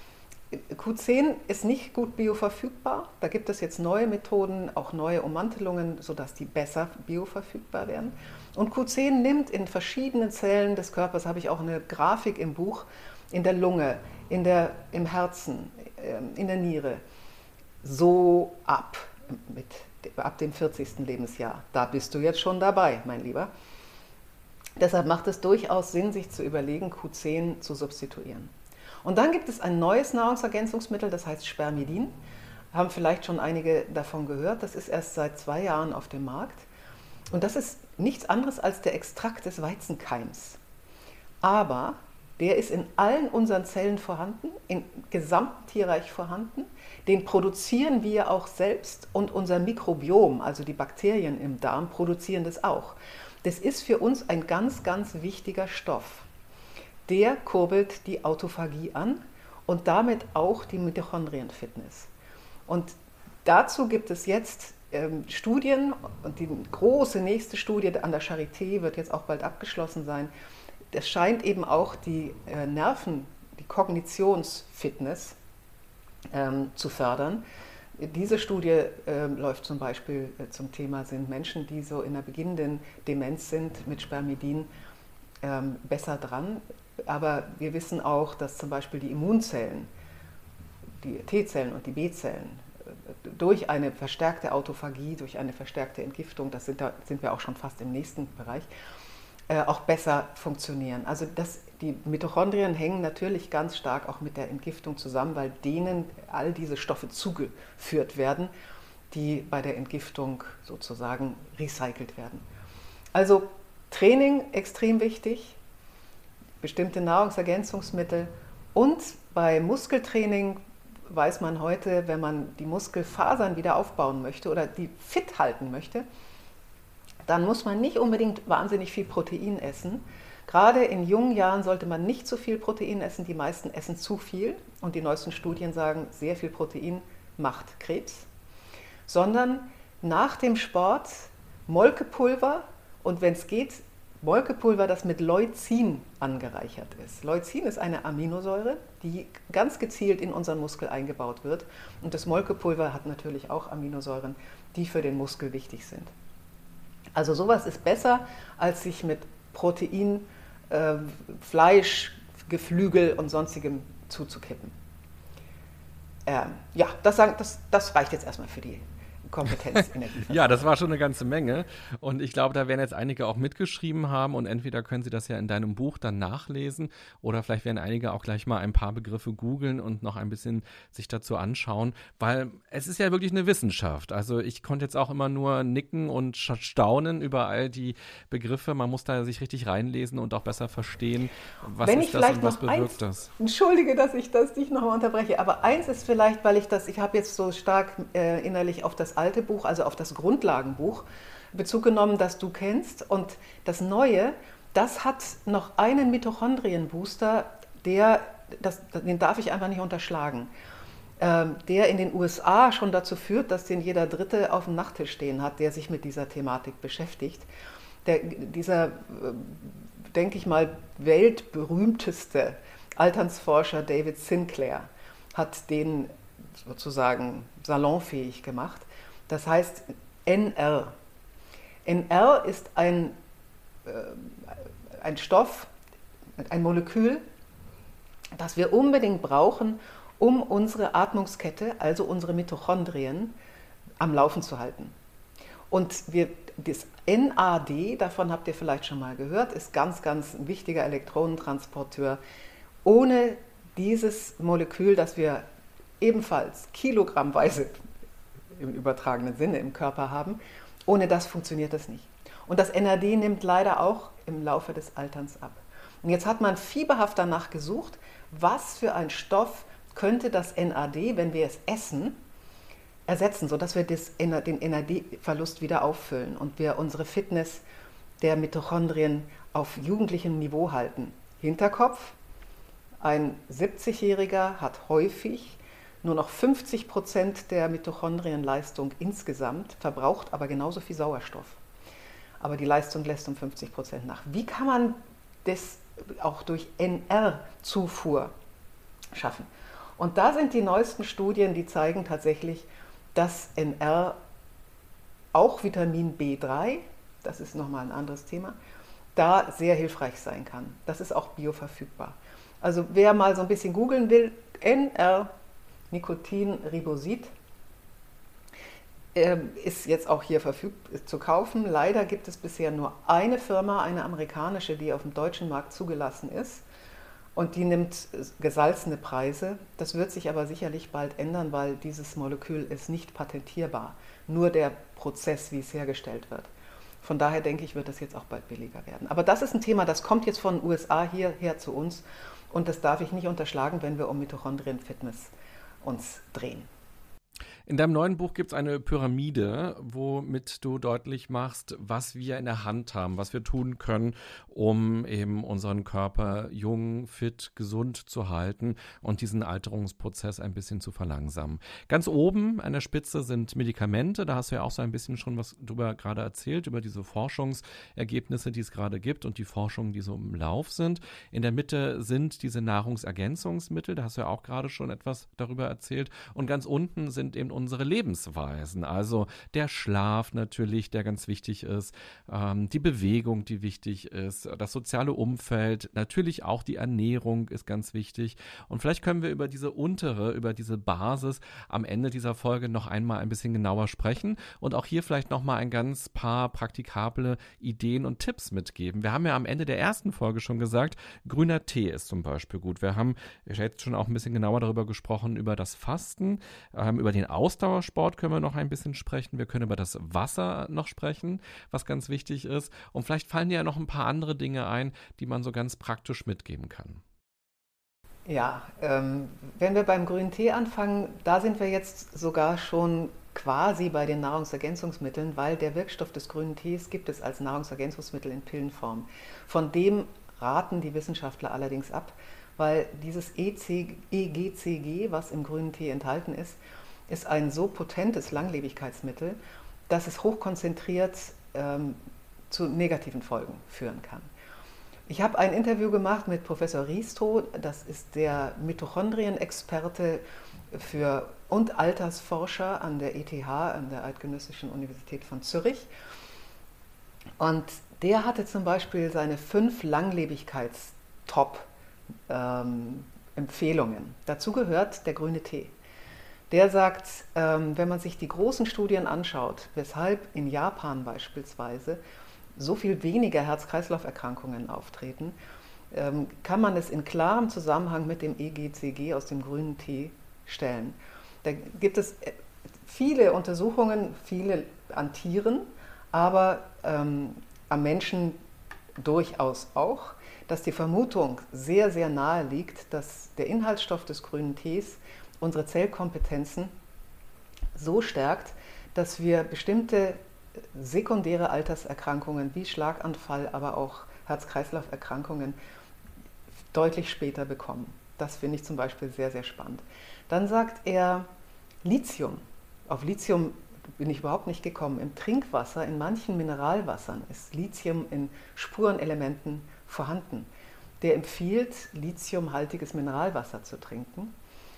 Q zehn ist nicht gut bioverfügbar, da gibt es jetzt neue Methoden, auch neue Ummantelungen, sodass die besser bioverfügbar werden. Und Q zehn nimmt in verschiedenen Zellen des Körpers, habe ich auch eine Grafik im Buch, in der Lunge, in der, im Herzen, in der Niere, so ab, mit, ab dem vierzigsten Lebensjahr. Da bist du jetzt schon dabei, mein Lieber. Deshalb macht es durchaus Sinn, sich zu überlegen, Q zehn zu substituieren. Und dann gibt es ein neues Nahrungsergänzungsmittel, das heißt Spermidin. Haben vielleicht schon einige davon gehört. Das ist erst seit zwei Jahren auf dem Markt. Und das ist nichts anderes als der Extrakt des Weizenkeims. Aber der ist in allen unseren Zellen vorhanden, im gesamten Tierreich vorhanden. Den produzieren wir auch selbst und unser Mikrobiom, also die Bakterien im Darm, produzieren das auch. Das ist für uns ein ganz, ganz wichtiger Stoff. Der kurbelt die Autophagie an und damit auch die Mitochondrienfitness. Und dazu gibt es jetzt ähm, Studien, und die große nächste Studie an der Charité wird jetzt auch bald abgeschlossen sein. Es scheint eben auch die äh, Nerven, die Kognitionsfitness ähm, zu fördern. Diese Studie äh, läuft zum Beispiel äh, zum Thema, sind Menschen, die so in der beginnenden Demenz sind, mit Spermidin ähm, besser dran. Aber wir wissen auch, dass zum Beispiel die Immunzellen, die T-Zellen und die B-Zellen, äh, durch eine verstärkte Autophagie, durch eine verstärkte Entgiftung, das sind, da sind wir auch schon fast im nächsten Bereich, äh, auch besser funktionieren. Also das, die Mitochondrien hängen natürlich ganz stark auch mit der Entgiftung zusammen, weil denen all diese Stoffe zugeführt werden, die bei der Entgiftung sozusagen recycelt werden. Also Training extrem wichtig, bestimmte Nahrungsergänzungsmittel und bei Muskeltraining weiß man heute, wenn man die Muskelfasern wieder aufbauen möchte oder die fit halten möchte, dann muss man nicht unbedingt wahnsinnig viel Protein essen. Gerade in jungen Jahren sollte man nicht zu viel Protein essen, die meisten essen zu viel und die neuesten Studien sagen, sehr viel Protein macht Krebs, sondern nach dem Sport Molkepulver und wenn es geht, Molkepulver, das mit Leucin angereichert ist. Leucin ist eine Aminosäure, die ganz gezielt in unseren Muskel eingebaut wird und das Molkepulver hat natürlich auch Aminosäuren, die für den Muskel wichtig sind. Also sowas ist besser, als sich mit Protein, äh, Fleisch, Geflügel und sonstigem zuzukippen. Ähm, ja, das, das, das reicht jetzt erstmal für die Kompetenzenergie. Ja, das war schon eine ganze Menge. Und ich glaube, da werden jetzt einige auch mitgeschrieben haben und entweder können sie das ja in deinem Buch dann nachlesen oder vielleicht werden einige auch gleich mal ein paar Begriffe googeln und noch ein bisschen sich dazu anschauen, weil es ist ja wirklich eine Wissenschaft. Also ich konnte jetzt auch immer nur nicken und staunen über all die Begriffe. Man muss da sich richtig reinlesen und auch besser verstehen, was Wenn ist ich das vielleicht und was noch bewirkt eins, das. Entschuldige, dass ich das dich nochmal unterbreche, aber eins ist vielleicht, weil ich das, ich habe jetzt so stark äh, innerlich auf das alte Buch, also auf das Grundlagenbuch Bezug genommen, das du kennst, und das Neue, das hat noch einen Mitochondrienbooster, der, das, den darf ich einfach nicht unterschlagen, ähm, der in den U S A schon dazu führt, dass den jeder Dritte auf dem Nachttisch stehen hat, der sich mit dieser Thematik beschäftigt. Der, dieser, äh, denke ich mal, weltberühmteste Alternsforscher David Sinclair hat den sozusagen salonfähig gemacht. Das heißt N R. N R ist ein, äh, ein Stoff, ein Molekül, das wir unbedingt brauchen, um unsere Atmungskette, also unsere Mitochondrien, am Laufen zu halten. Und wir, das N A D, davon habt ihr vielleicht schon mal gehört, ist ganz, ganz ein wichtiger Elektronentransporteur. Ohne dieses Molekül, das wir ebenfalls kilogrammweise im übertragenen Sinne im Körper haben, ohne das funktioniert das nicht. Und das N A D nimmt leider auch im Laufe des Alterns ab. Und jetzt hat man fieberhaft danach gesucht, was für ein Stoff könnte das N A D, wenn wir es essen, ersetzen, sodass wir das, den N A D-Verlust wieder auffüllen und wir unsere Fitness der Mitochondrien auf jugendlichem Niveau halten. Hinterkopf, ein siebzigjähriger hat häufig nur noch fünfzig Prozent der Mitochondrienleistung insgesamt, verbraucht aber genauso viel Sauerstoff. Aber die Leistung lässt um fünfzig Prozent nach. Wie kann man das auch durch N R-Zufuhr schaffen? Und da sind die neuesten Studien, die zeigen tatsächlich, dass N R auch Vitamin B drei, das ist nochmal ein anderes Thema, da sehr hilfreich sein kann. Das ist auch bioverfügbar. Also wer mal so ein bisschen googeln will, N R, Nikotinribosid, äh, ist jetzt auch hier verfügt zu kaufen. Leider gibt es bisher nur eine Firma, eine amerikanische, die auf dem deutschen Markt zugelassen ist. Und die nimmt gesalzene Preise. Das wird sich aber sicherlich bald ändern, weil dieses Molekül ist nicht patentierbar. Nur der Prozess, wie es hergestellt wird. Von daher denke ich, wird das jetzt auch bald billiger werden. Aber das ist ein Thema, das kommt jetzt von den U S A hierher zu uns. Und das darf ich nicht unterschlagen, wenn wir um Mitochondrien-Fitness uns drehen. In deinem neuen Buch gibt es eine Pyramide, womit du deutlich machst, was wir in der Hand haben, was wir tun können, um eben unseren Körper jung, fit, gesund zu halten und diesen Alterungsprozess ein bisschen zu verlangsamen. Ganz oben an der Spitze sind Medikamente, da hast du ja auch so ein bisschen schon was drüber gerade erzählt, über diese Forschungsergebnisse, die es gerade gibt und die Forschungen, die so im Lauf sind. In der Mitte sind diese Nahrungsergänzungsmittel, da hast du ja auch gerade schon etwas darüber erzählt. Und ganz unten sind eben unsere Lebensweisen, also der Schlaf natürlich, der ganz wichtig ist, ähm, die Bewegung, die wichtig ist, das soziale Umfeld, natürlich auch die Ernährung ist ganz wichtig. Und vielleicht können wir über diese untere, über diese Basis am Ende dieser Folge noch einmal ein bisschen genauer sprechen und auch hier vielleicht noch mal ein ganz paar praktikable Ideen und Tipps mitgeben. Wir haben ja am Ende der ersten Folge schon gesagt, grüner Tee ist zum Beispiel gut. Wir haben jetzt schon auch ein bisschen genauer darüber gesprochen, über das Fasten, ähm, über den Ausdauersport können wir noch ein bisschen sprechen. Wir können über das Wasser noch sprechen, was ganz wichtig ist. Und vielleicht fallen dir ja noch ein paar andere Dinge ein, die man so ganz praktisch mitgeben kann. Ja, ähm, wenn wir beim grünen Tee anfangen, da sind wir jetzt sogar schon quasi bei den Nahrungsergänzungsmitteln, weil der Wirkstoff des grünen Tees gibt es als Nahrungsergänzungsmittel in Pillenform. Von dem raten die Wissenschaftler allerdings ab, weil dieses E G C G, was im grünen Tee enthalten ist, ist ein so potentes Langlebigkeitsmittel, dass es hochkonzentriert ähm, zu negativen Folgen führen kann. Ich habe ein Interview gemacht mit Professor Risto, das ist der Mitochondrien-Experte für und Altersforscher an der E T H, an der Eidgenössischen Universität von Zürich. Und der hatte zum Beispiel seine fünf Langlebigkeits-Top-Empfehlungen. Dazu gehört der grüne Tee. Der sagt, ähm, wenn man sich die großen Studien anschaut, weshalb in Japan beispielsweise so viel weniger Herz-Kreislauf-Erkrankungen auftreten, ähm, kann man es in klarem Zusammenhang mit dem E G C G aus dem grünen Tee stellen. Da gibt es viele Untersuchungen, viele an Tieren, aber ähm, am Menschen durchaus auch, dass die Vermutung sehr, sehr nahe liegt, dass der Inhaltsstoff des grünen Tees unsere Zellkompetenzen so stärkt, dass wir bestimmte sekundäre Alterserkrankungen wie Schlaganfall, aber auch Herz-Kreislauf-Erkrankungen deutlich später bekommen. Das finde ich zum Beispiel sehr, sehr spannend. Dann sagt er Lithium. Auf Lithium bin ich überhaupt nicht gekommen. Im Trinkwasser, in manchen Mineralwassern ist Lithium in Spurenelementen vorhanden. Der empfiehlt, lithiumhaltiges Mineralwasser zu trinken,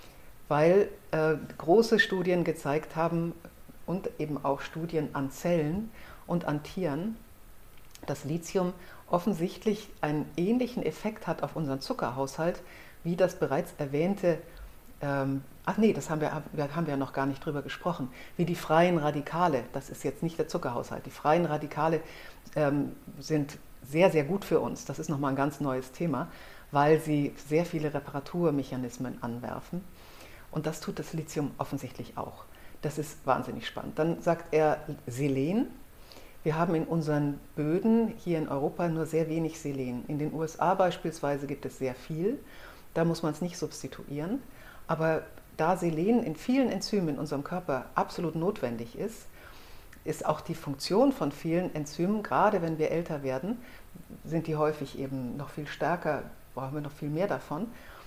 weil äh, große Studien gezeigt haben und eben auch Studien an Zellen und an Tieren, dass Lithium offensichtlich einen ähnlichen Effekt hat auf unseren Zuckerhaushalt, wie das bereits erwähnte, ähm, ach nee, das haben wir, haben wir ja noch gar nicht drüber gesprochen, wie die freien Radikale, das ist jetzt nicht der Zuckerhaushalt, die freien Radikale ähm, sind sehr, sehr gut für uns. Das ist nochmal ein ganz neues Thema, weil sie sehr viele Reparaturmechanismen anwerfen. Und das tut das Lithium offensichtlich auch. Das ist wahnsinnig spannend. Dann sagt er Selen. Wir haben in unseren Böden hier in Europa nur sehr wenig Selen. In den U S A beispielsweise gibt es sehr viel. Da muss man es nicht substituieren. Aber da Selen in vielen Enzymen in unserem Körper absolut notwendig ist, ist auch die Funktion von vielen Enzymen, gerade wenn wir älter werden, sind die häufig eben noch viel stärker, brauchen wir noch viel mehr davon,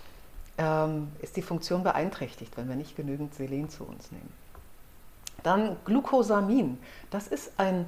ähm, ist die Funktion beeinträchtigt, wenn wir nicht genügend Selen zu uns nehmen. Dann Glucosamin, das ist ein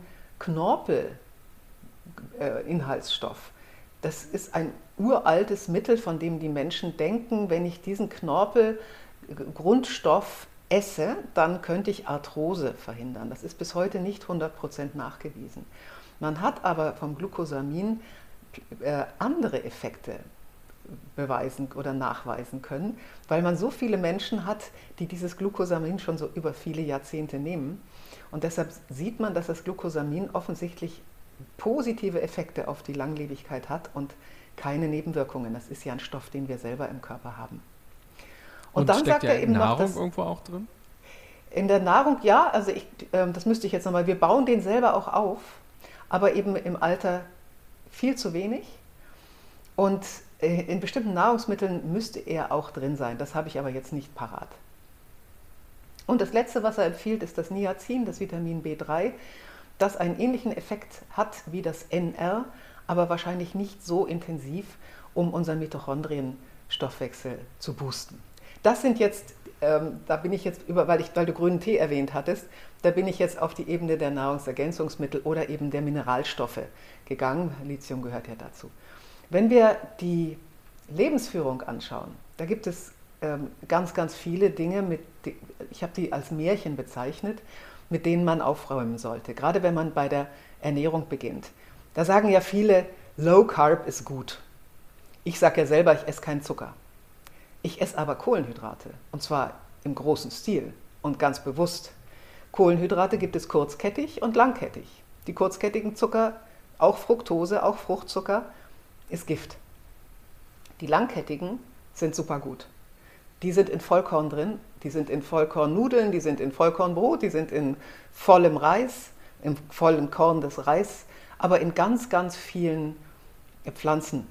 Knorpel-Inhaltsstoff. Das ist ein uraltes Mittel, von dem die Menschen denken, wenn ich diesen Knorpel-Grundstoff esse, dann könnte ich Arthrose verhindern. Das ist bis heute nicht hundert Prozent nachgewiesen. Man hat aber vom Glucosamin äh, andere Effekte beweisen oder nachweisen können, weil man so viele Menschen hat, die dieses Glucosamin schon so über viele Jahrzehnte nehmen. Und deshalb sieht man, dass das Glucosamin offensichtlich positive Effekte auf die Langlebigkeit hat und keine Nebenwirkungen. Das ist ja ein Stoff, den wir selber im Körper haben. Und, und dann steckt sagt ja er eben in Nahrung noch, dass irgendwo auch drin? In der Nahrung, ja, also ich, äh, das müsste ich jetzt nochmal, wir bauen den selber auch auf, aber eben im Alter viel zu wenig. Und äh, in bestimmten Nahrungsmitteln müsste er auch drin sein. Das habe ich aber jetzt nicht parat. Und das Letzte, was er empfiehlt, ist das Niacin, das Vitamin B drei, das einen ähnlichen Effekt hat wie das N R, aber wahrscheinlich nicht so intensiv, um unseren Mitochondrienstoffwechsel zu boosten. Das sind jetzt, ähm, da bin ich jetzt über, weil, ich, weil du grünen Tee erwähnt hattest, da bin ich jetzt auf die Ebene der Nahrungsergänzungsmittel oder eben der Mineralstoffe gegangen. Lithium gehört ja dazu. Wenn wir die Lebensführung anschauen, da gibt es ähm, ganz, ganz viele Dinge, mit, die, ich habe die als Märchen bezeichnet, mit denen man aufräumen sollte, gerade wenn man bei der Ernährung beginnt. Da sagen ja viele, Low Carb ist gut. Ich sage ja selber, ich esse keinen Zucker. Ich esse aber Kohlenhydrate, und zwar im großen Stil und ganz bewusst. Kohlenhydrate gibt es kurzkettig und langkettig. Die kurzkettigen Zucker, auch Fructose, auch Fruchtzucker, ist Gift. Die langkettigen sind super gut. Die sind in Vollkorn drin, die sind in Vollkornnudeln, die sind in Vollkornbrot, die sind in vollem Reis, im vollen Korn des Reis, aber in ganz, ganz vielen Pflanzen.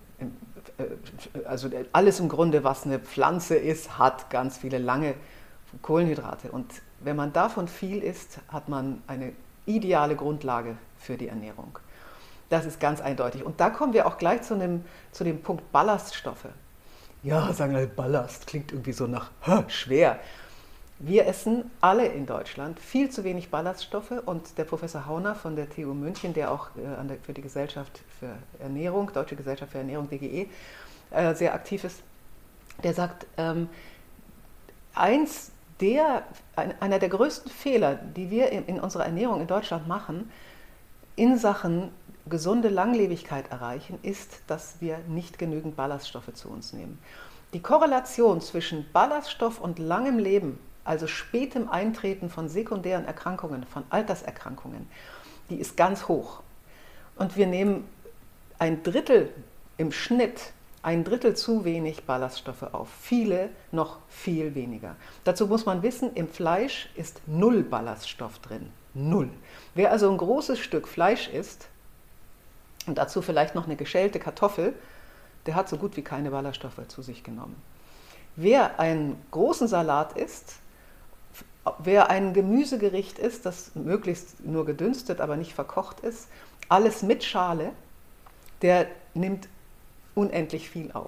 Also alles im Grunde, was eine Pflanze ist, hat ganz viele lange Kohlenhydrate. Und wenn man davon viel isst, hat man eine ideale Grundlage für die Ernährung. Das ist ganz eindeutig. Und da kommen wir auch gleich zu dem, zu dem Punkt Ballaststoffe. Ja, sagen wir, Ballast klingt irgendwie so nach hä, schwer. Wir essen alle in Deutschland viel zu wenig Ballaststoffe und der Professor Hauner von der T U München, der auch äh, an der, für die Gesellschaft für Ernährung, Deutsche Gesellschaft für Ernährung, D G E, äh, sehr aktiv ist, der sagt, ähm, eins der, ein, einer der größten Fehler, die wir in, in unserer Ernährung in Deutschland machen, in Sachen gesunde Langlebigkeit erreichen, ist, dass wir nicht genügend Ballaststoffe zu uns nehmen. Die Korrelation zwischen Ballaststoff und langem Leben also spätem Eintreten von sekundären Erkrankungen, von Alterserkrankungen, die ist ganz hoch. Und wir nehmen ein Drittel im Schnitt, ein Drittel zu wenig Ballaststoffe auf. Viele noch viel weniger. Dazu muss man wissen, im Fleisch ist null Ballaststoff drin. Null. Wer also ein großes Stück Fleisch isst und dazu vielleicht noch eine geschälte Kartoffel, der hat so gut wie keine Ballaststoffe zu sich genommen. Wer einen großen Salat isst, wer ein Gemüsegericht isst, das möglichst nur gedünstet, aber nicht verkocht ist, alles mit Schale, der nimmt unendlich viel auf.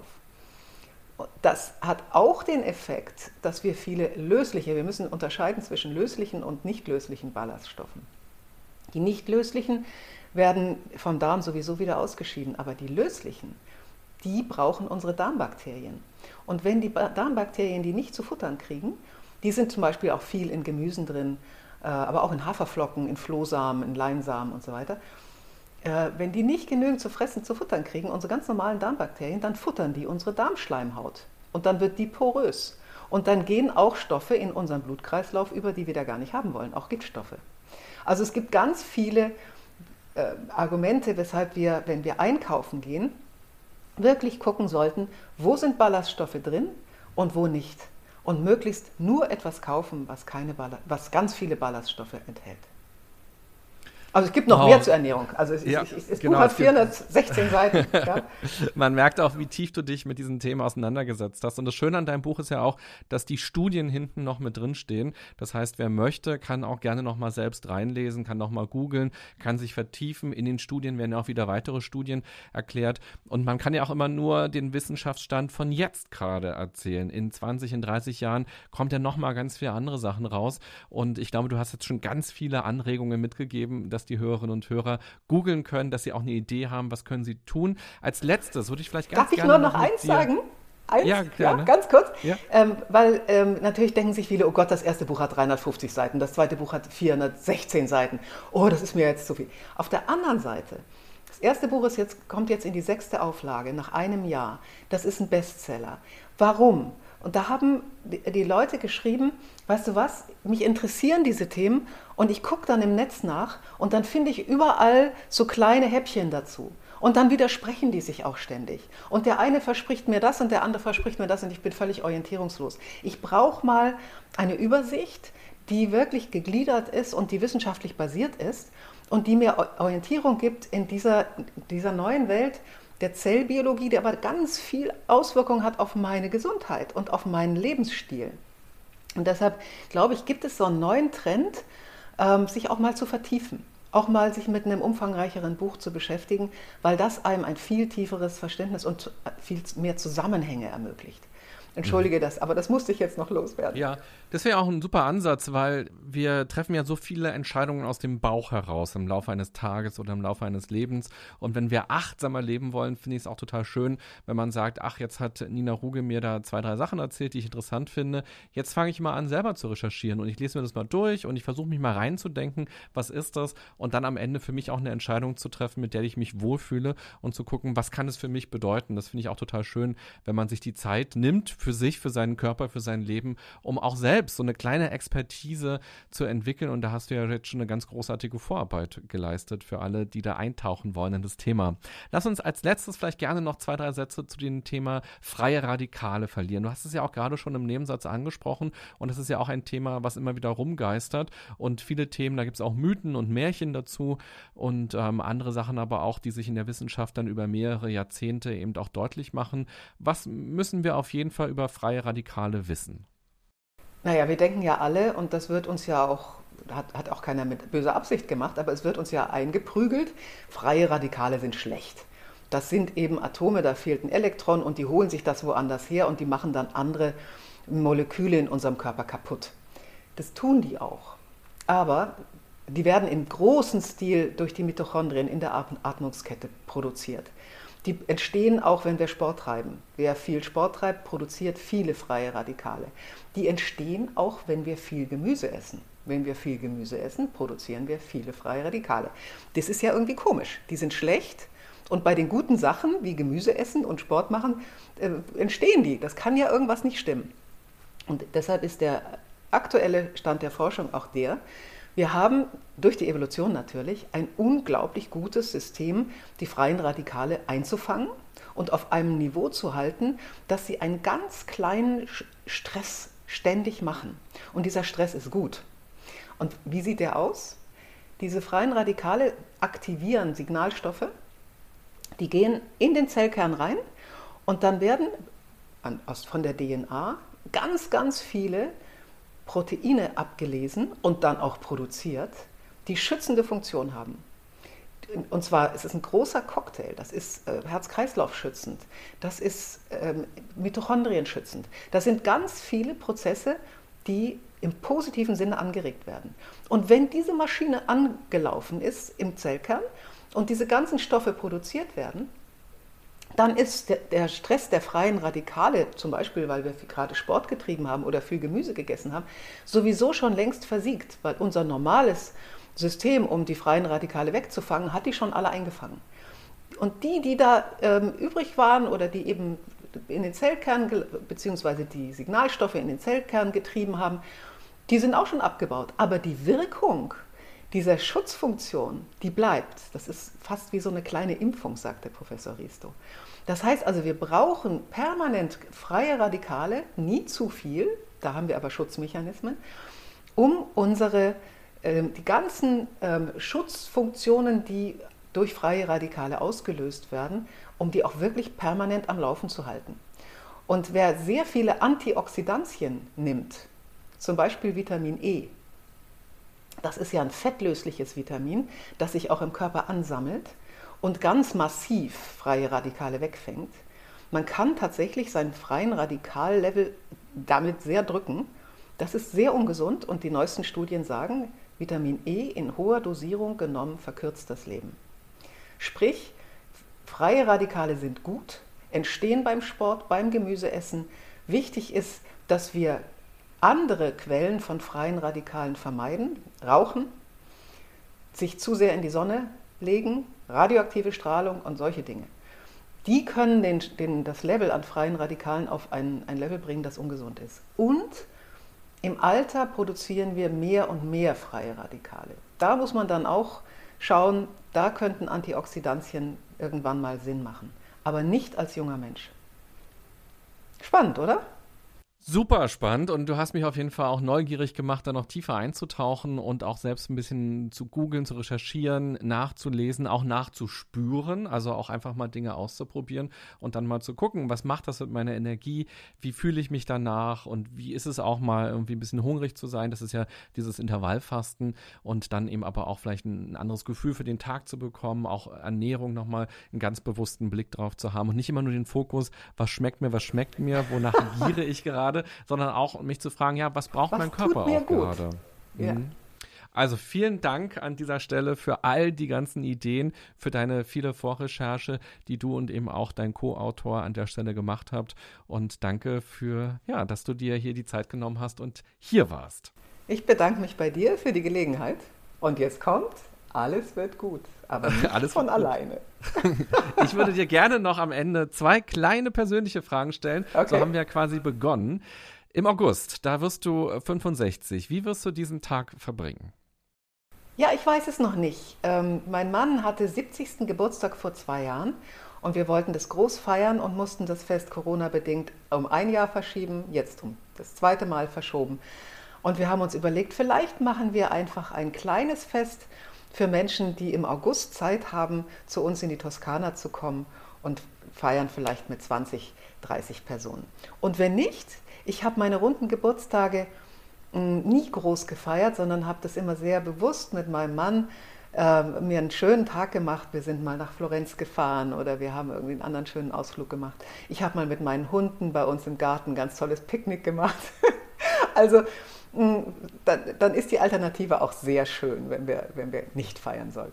Das hat auch den Effekt, dass wir viele lösliche, wir müssen unterscheiden zwischen löslichen und nicht löslichen Ballaststoffen. Die nicht löslichen werden vom Darm sowieso wieder ausgeschieden, aber die löslichen, die brauchen unsere Darmbakterien. Und wenn die Darmbakterien die nicht zu futtern kriegen, die sind zum Beispiel auch viel in Gemüsen drin, aber auch in Haferflocken, in Flohsamen, in Leinsamen und so weiter. Wenn die nicht genügend zu fressen, zu futtern kriegen, unsere ganz normalen Darmbakterien, dann futtern die unsere Darmschleimhaut. Und dann wird die porös. Und dann gehen auch Stoffe in unseren Blutkreislauf über, die wir da gar nicht haben wollen, auch Giftstoffe. Also es gibt ganz viele äh, Argumente, weshalb wir, wenn wir einkaufen gehen, wirklich gucken sollten, wo sind Ballaststoffe drin und wo nicht. Und möglichst nur etwas kaufen, was, keine Ballast, was ganz viele Ballaststoffe enthält. Also es gibt noch oh. mehr zur Ernährung. Also es, ja, es, es genau, Buch hat vierhundertsechzehn Seiten. Ja. Man merkt auch, wie tief du dich mit diesen Themen auseinandergesetzt hast. Und das Schöne an deinem Buch ist ja auch, dass die Studien hinten noch mit drin stehen. Das heißt, wer möchte, kann auch gerne noch mal selbst reinlesen, kann noch mal googeln, kann sich vertiefen. In den Studien werden ja auch wieder weitere Studien erklärt. Und man kann ja auch immer nur den Wissenschaftsstand von jetzt gerade erzählen. In zwanzig, in dreißig Jahren kommt ja noch mal ganz viele andere Sachen raus. Und ich glaube, du hast jetzt schon ganz viele Anregungen mitgegeben, dass die Hörerinnen und Hörer googeln können, dass sie auch eine Idee haben, was können sie tun. Als letztes würde ich vielleicht ganz Darf gerne ich nur noch eins dir sagen? Eins? Ja, gerne. Ja, ganz kurz. Ja. Ähm, weil ähm, natürlich denken sich viele, oh Gott, das erste Buch hat dreihundertfünfzig Seiten, das zweite Buch hat vierhundertsechzehn Seiten. Oh, das ist mir jetzt zu viel. Auf der anderen Seite, das erste Buch ist jetzt, kommt jetzt in die sechste Auflage nach einem Jahr. Das ist ein Bestseller. Warum? Und da haben die Leute geschrieben, weißt du was, mich interessieren diese Themen und ich gucke dann im Netz nach und dann finde ich überall so kleine Häppchen dazu. Und dann widersprechen die sich auch ständig. Und der eine verspricht mir das und der andere verspricht mir das und ich bin völlig orientierungslos. Ich brauche mal eine Übersicht, die wirklich gegliedert ist und die wissenschaftlich basiert ist und die mir Orientierung gibt in dieser, dieser neuen Welt der Zellbiologie, die aber ganz viel Auswirkungen hat auf meine Gesundheit und auf meinen Lebensstil. Und deshalb, glaube ich, gibt es so einen neuen Trend, ähm, sich auch mal zu vertiefen, auch mal sich mit einem umfangreicheren Buch zu beschäftigen, weil das einem ein viel tieferes Verständnis und viel mehr Zusammenhänge ermöglicht. Entschuldige das, aber das musste ich jetzt noch loswerden. Ja, das wäre auch ein super Ansatz, weil wir treffen ja so viele Entscheidungen aus dem Bauch heraus im Laufe eines Tages oder im Laufe eines Lebens. Und wenn wir achtsamer leben wollen, finde ich es auch total schön, wenn man sagt, ach, jetzt hat Nina Ruge mir da zwei, drei Sachen erzählt, die ich interessant finde. Jetzt fange ich mal an, selber zu recherchieren und ich lese mir das mal durch und ich versuche mich mal reinzudenken, was ist das? Und dann am Ende für mich auch eine Entscheidung zu treffen, mit der ich mich wohlfühle und zu gucken, was kann es für mich bedeuten. Das finde ich auch total schön, wenn man sich die Zeit nimmt, für sich, für seinen Körper, für sein Leben, um auch selbst so eine kleine Expertise zu entwickeln. Und da hast du ja jetzt schon eine ganz großartige Vorarbeit geleistet für alle, die da eintauchen wollen in das Thema. Lass uns als letztes vielleicht gerne noch zwei, drei Sätze zu dem Thema freie Radikale verlieren. Du hast es ja auch gerade schon im Nebensatz angesprochen und es ist ja auch ein Thema, was immer wieder rumgeistert und viele Themen, da gibt es auch Mythen und Märchen dazu und ähm, andere Sachen aber auch, die sich in der Wissenschaft dann über mehrere Jahrzehnte eben auch deutlich machen. Was müssen wir auf jeden Fall über freie Radikale wissen? Naja, wir denken ja alle, und das wird uns ja auch, hat, hat auch keiner mit böser Absicht gemacht, aber es wird uns ja eingeprügelt, freie Radikale sind schlecht. Das sind eben Atome, da fehlt ein Elektron und die holen sich das woanders her und die machen dann andere Moleküle in unserem Körper kaputt. Das tun die auch. Aber die werden in großem Stil durch die Mitochondrien in der Atmungskette produziert. Die entstehen auch, wenn wir Sport treiben. Wer viel Sport treibt, produziert viele freie Radikale. Die entstehen auch, wenn wir viel Gemüse essen. Wenn wir viel Gemüse essen, produzieren wir viele freie Radikale. Das ist ja irgendwie komisch. Die sind schlecht und bei den guten Sachen, wie Gemüse essen und Sport machen, äh, entstehen die. Das kann ja irgendwas nicht stimmen. Und deshalb ist der aktuelle Stand der Forschung auch der, wir haben durch die Evolution natürlich ein unglaublich gutes System, die freien Radikale einzufangen und auf einem Niveau zu halten, dass sie einen ganz kleinen Stress ständig machen. Und dieser Stress ist gut. Und wie sieht der aus? Diese freien Radikale aktivieren Signalstoffe, die gehen in den Zellkern rein und dann werden von der D N A ganz, ganz viele Proteine abgelesen und dann auch produziert, die schützende Funktion haben. Und zwar es ist ein großer Cocktail, das ist äh, Herz-Kreislauf schützend, das ist ähm, Mitochondrien schützend. Das sind ganz viele Prozesse, die im positiven Sinne angeregt werden. Und wenn diese Maschine angelaufen ist im Zellkern und diese ganzen Stoffe produziert werden, dann ist der, der Stress der freien Radikale, zum Beispiel weil wir gerade Sport getrieben haben oder viel Gemüse gegessen haben, sowieso schon längst versiegt, weil unser normales System, um die freien Radikale wegzufangen, hat die schon alle eingefangen. Und die, die da ähm, übrig waren oder die eben in den Zellkern, beziehungsweise die Signalstoffe in den Zellkern getrieben haben, die sind auch schon abgebaut. Aber die Wirkung dieser Schutzfunktion, die bleibt. Das ist fast wie so eine kleine Impfung, sagt der Professor Risto. Das heißt also, wir brauchen permanent freie Radikale, nie zu viel, da haben wir aber Schutzmechanismen, um unsere, äh, die ganzen äh, Schutzfunktionen, die durch freie Radikale ausgelöst werden, um die auch wirklich permanent am Laufen zu halten. Und wer sehr viele Antioxidantien nimmt, zum Beispiel Vitamin E, das ist ja ein fettlösliches Vitamin, das sich auch im Körper ansammelt und ganz massiv freie Radikale wegfängt. Man kann tatsächlich seinen freien Radikallevel damit sehr drücken. Das ist sehr ungesund und die neuesten Studien sagen, Vitamin E in hoher Dosierung genommen verkürzt das Leben. Sprich, freie Radikale sind gut, entstehen beim Sport, beim Gemüseessen. Wichtig ist, dass wir andere Quellen von freien Radikalen vermeiden, rauchen, sich zu sehr in die Sonne legen, radioaktive Strahlung und solche Dinge. Die können den, den, das Level an freien Radikalen auf ein, ein Level bringen, das ungesund ist. Und im Alter produzieren wir mehr und mehr freie Radikale. Da muss man dann auch schauen, da könnten Antioxidantien irgendwann mal Sinn machen. Aber nicht als junger Mensch. Spannend, oder? Super spannend und du hast mich auf jeden Fall auch neugierig gemacht, da noch tiefer einzutauchen und auch selbst ein bisschen zu googeln, zu recherchieren, nachzulesen, auch nachzuspüren, also auch einfach mal Dinge auszuprobieren und dann mal zu gucken, was macht das mit meiner Energie, wie fühle ich mich danach und wie ist es auch mal irgendwie ein bisschen hungrig zu sein, das ist ja dieses Intervallfasten und dann eben aber auch vielleicht ein anderes Gefühl für den Tag zu bekommen, auch Ernährung nochmal einen ganz bewussten Blick drauf zu haben und nicht immer nur den Fokus, was schmeckt mir, was schmeckt mir, wonach giere ich gerade, sondern auch mich zu fragen, ja, was braucht was mein Körper auch gut? Gerade? Ja. Mhm. Also vielen Dank an dieser Stelle für all die ganzen Ideen, für deine viele Vorrecherche, die du und eben auch dein Co-Autor an der Stelle gemacht habt und danke für, ja, dass du dir hier die Zeit genommen hast und hier warst. Ich bedanke mich bei dir für die Gelegenheit und jetzt kommt, alles wird gut, aber nicht alles von alleine. Ich würde dir gerne noch am Ende zwei kleine persönliche Fragen stellen. Okay. So haben wir quasi begonnen. Im August, da wirst du fünfundsechzig. Wie wirst du diesen Tag verbringen? Ja, ich weiß es noch nicht. Ähm, mein Mann hatte siebzigsten Geburtstag vor zwei Jahren und wir wollten das groß feiern und mussten das Fest Corona-bedingt um ein Jahr verschieben, jetzt um das zweite Mal verschoben. Und wir haben uns überlegt, vielleicht machen wir einfach ein kleines Fest für Menschen, die im August Zeit haben, zu uns in die Toskana zu kommen und feiern vielleicht mit zwanzig, dreißig Personen. Und wenn nicht, ich habe meine runden Geburtstage mh, nie groß gefeiert, sondern habe das immer sehr bewusst mit meinem Mann äh, mir einen schönen Tag gemacht. Wir sind mal nach Florenz gefahren oder wir haben irgendwie einen anderen schönen Ausflug gemacht. Ich habe mal mit meinen Hunden bei uns im Garten ein ganz tolles Picknick gemacht. Also Dann, dann ist die Alternative auch sehr schön, wenn wir, wenn wir nicht feiern sollten.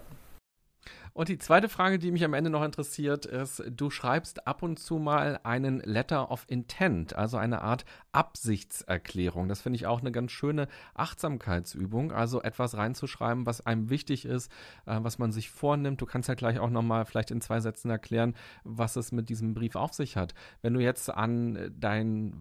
Und die zweite Frage, die mich am Ende noch interessiert, ist, du schreibst ab und zu mal einen Letter of Intent, also eine Art Absichtserklärung. Das finde ich auch eine ganz schöne Achtsamkeitsübung, also etwas reinzuschreiben, was einem wichtig ist, äh, was man sich vornimmt. Du kannst ja gleich auch nochmal vielleicht in zwei Sätzen erklären, was es mit diesem Brief auf sich hat. Wenn du jetzt an dein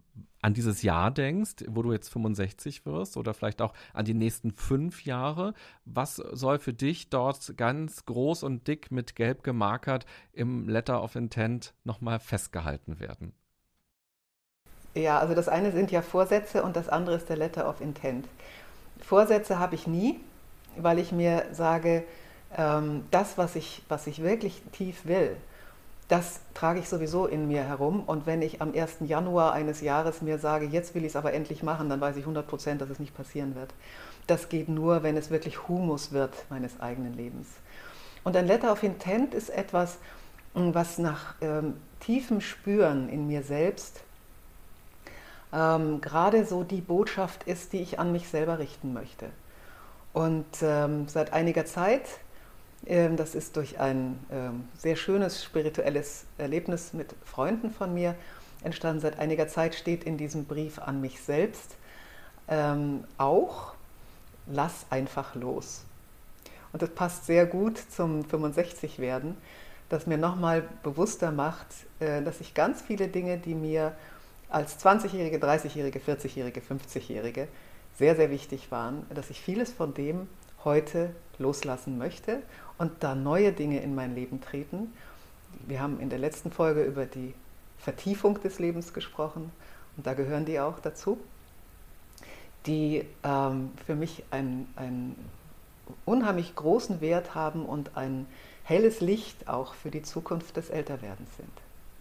an dieses Jahr denkst, wo du jetzt fünfundsechzig wirst oder vielleicht auch an die nächsten fünf Jahre, was soll für dich dort ganz groß und dick mit gelb gemarkert im Letter of Intent nochmal festgehalten werden? Ja, also das eine sind ja Vorsätze und das andere ist der Letter of Intent. Vorsätze habe ich nie, weil ich mir sage, ähm, das, was ich, was ich wirklich tief will, das trage ich sowieso in mir herum. Und wenn ich am ersten Januar eines Jahres mir sage, jetzt will ich es aber endlich machen, dann weiß ich hundert Prozent, dass es nicht passieren wird. Das geht nur, wenn es wirklich Humus wird meines eigenen Lebens. Und ein Letter of Intent ist etwas, was nach ähm, tiefem Spüren in mir selbst ähm, gerade so die Botschaft ist, die ich an mich selber richten möchte. Und ähm, seit einiger Zeit, ähm, das ist durch ein ähm, sehr schönes spirituelles Erlebnis mit Freunden von mir entstanden, seit einiger Zeit steht in diesem Brief an mich selbst ähm, auch, lass einfach los. Und das passt sehr gut zum fünfundsechzig werden, das mir nochmal bewusster macht, äh, dass ich ganz viele Dinge, die mir als zwanzigjährige, dreißigjährige, vierzigjährige, fünfzigjährige sehr, sehr wichtig waren, dass ich vieles von dem heute loslassen möchte und da neue Dinge in mein Leben treten. Wir haben in der letzten Folge über die Vertiefung des Lebens gesprochen und da gehören die auch dazu, die ähm, für mich einen, einen unheimlich großen Wert haben und ein helles Licht auch für die Zukunft des Älterwerdens sind.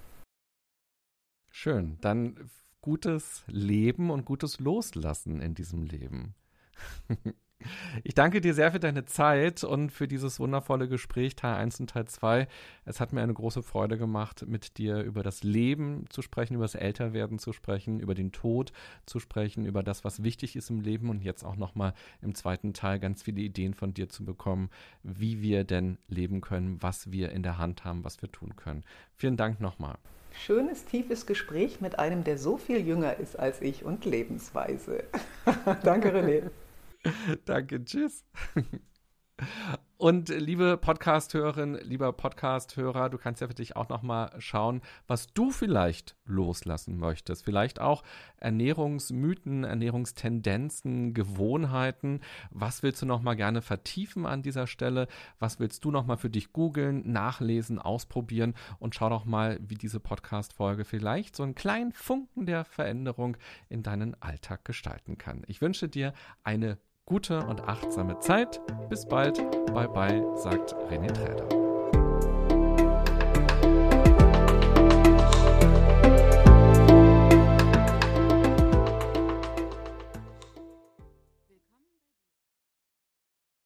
Schön, dann gutes Leben und gutes Loslassen in diesem Leben. Ich danke dir sehr für deine Zeit und für dieses wundervolle Gespräch, Teil eins und Teil zwei. Es hat mir eine große Freude gemacht, mit dir über das Leben zu sprechen, über das Älterwerden zu sprechen, über den Tod zu sprechen, über das, was wichtig ist im Leben und jetzt auch nochmal im zweiten Teil ganz viele Ideen von dir zu bekommen, wie wir denn leben können, was wir in der Hand haben, was wir tun können. Vielen Dank nochmal. Schönes, tiefes Gespräch mit einem, der so viel jünger ist als ich und lebensweise. Danke, René. Danke, tschüss. Und liebe Podcast-Hörerin, lieber Podcast-Hörer, du kannst ja für dich auch nochmal schauen, was du vielleicht loslassen möchtest. Vielleicht auch Ernährungsmythen, Ernährungstendenzen, Gewohnheiten. Was willst du nochmal gerne vertiefen an dieser Stelle? Was willst du nochmal für dich googeln, nachlesen, ausprobieren? Und schau doch mal, wie diese Podcast-Folge vielleicht so einen kleinen Funken der Veränderung in deinen Alltag gestalten kann. Ich wünsche dir eine gute und achtsame Zeit. Bis bald. Bye bye, sagt René Träder.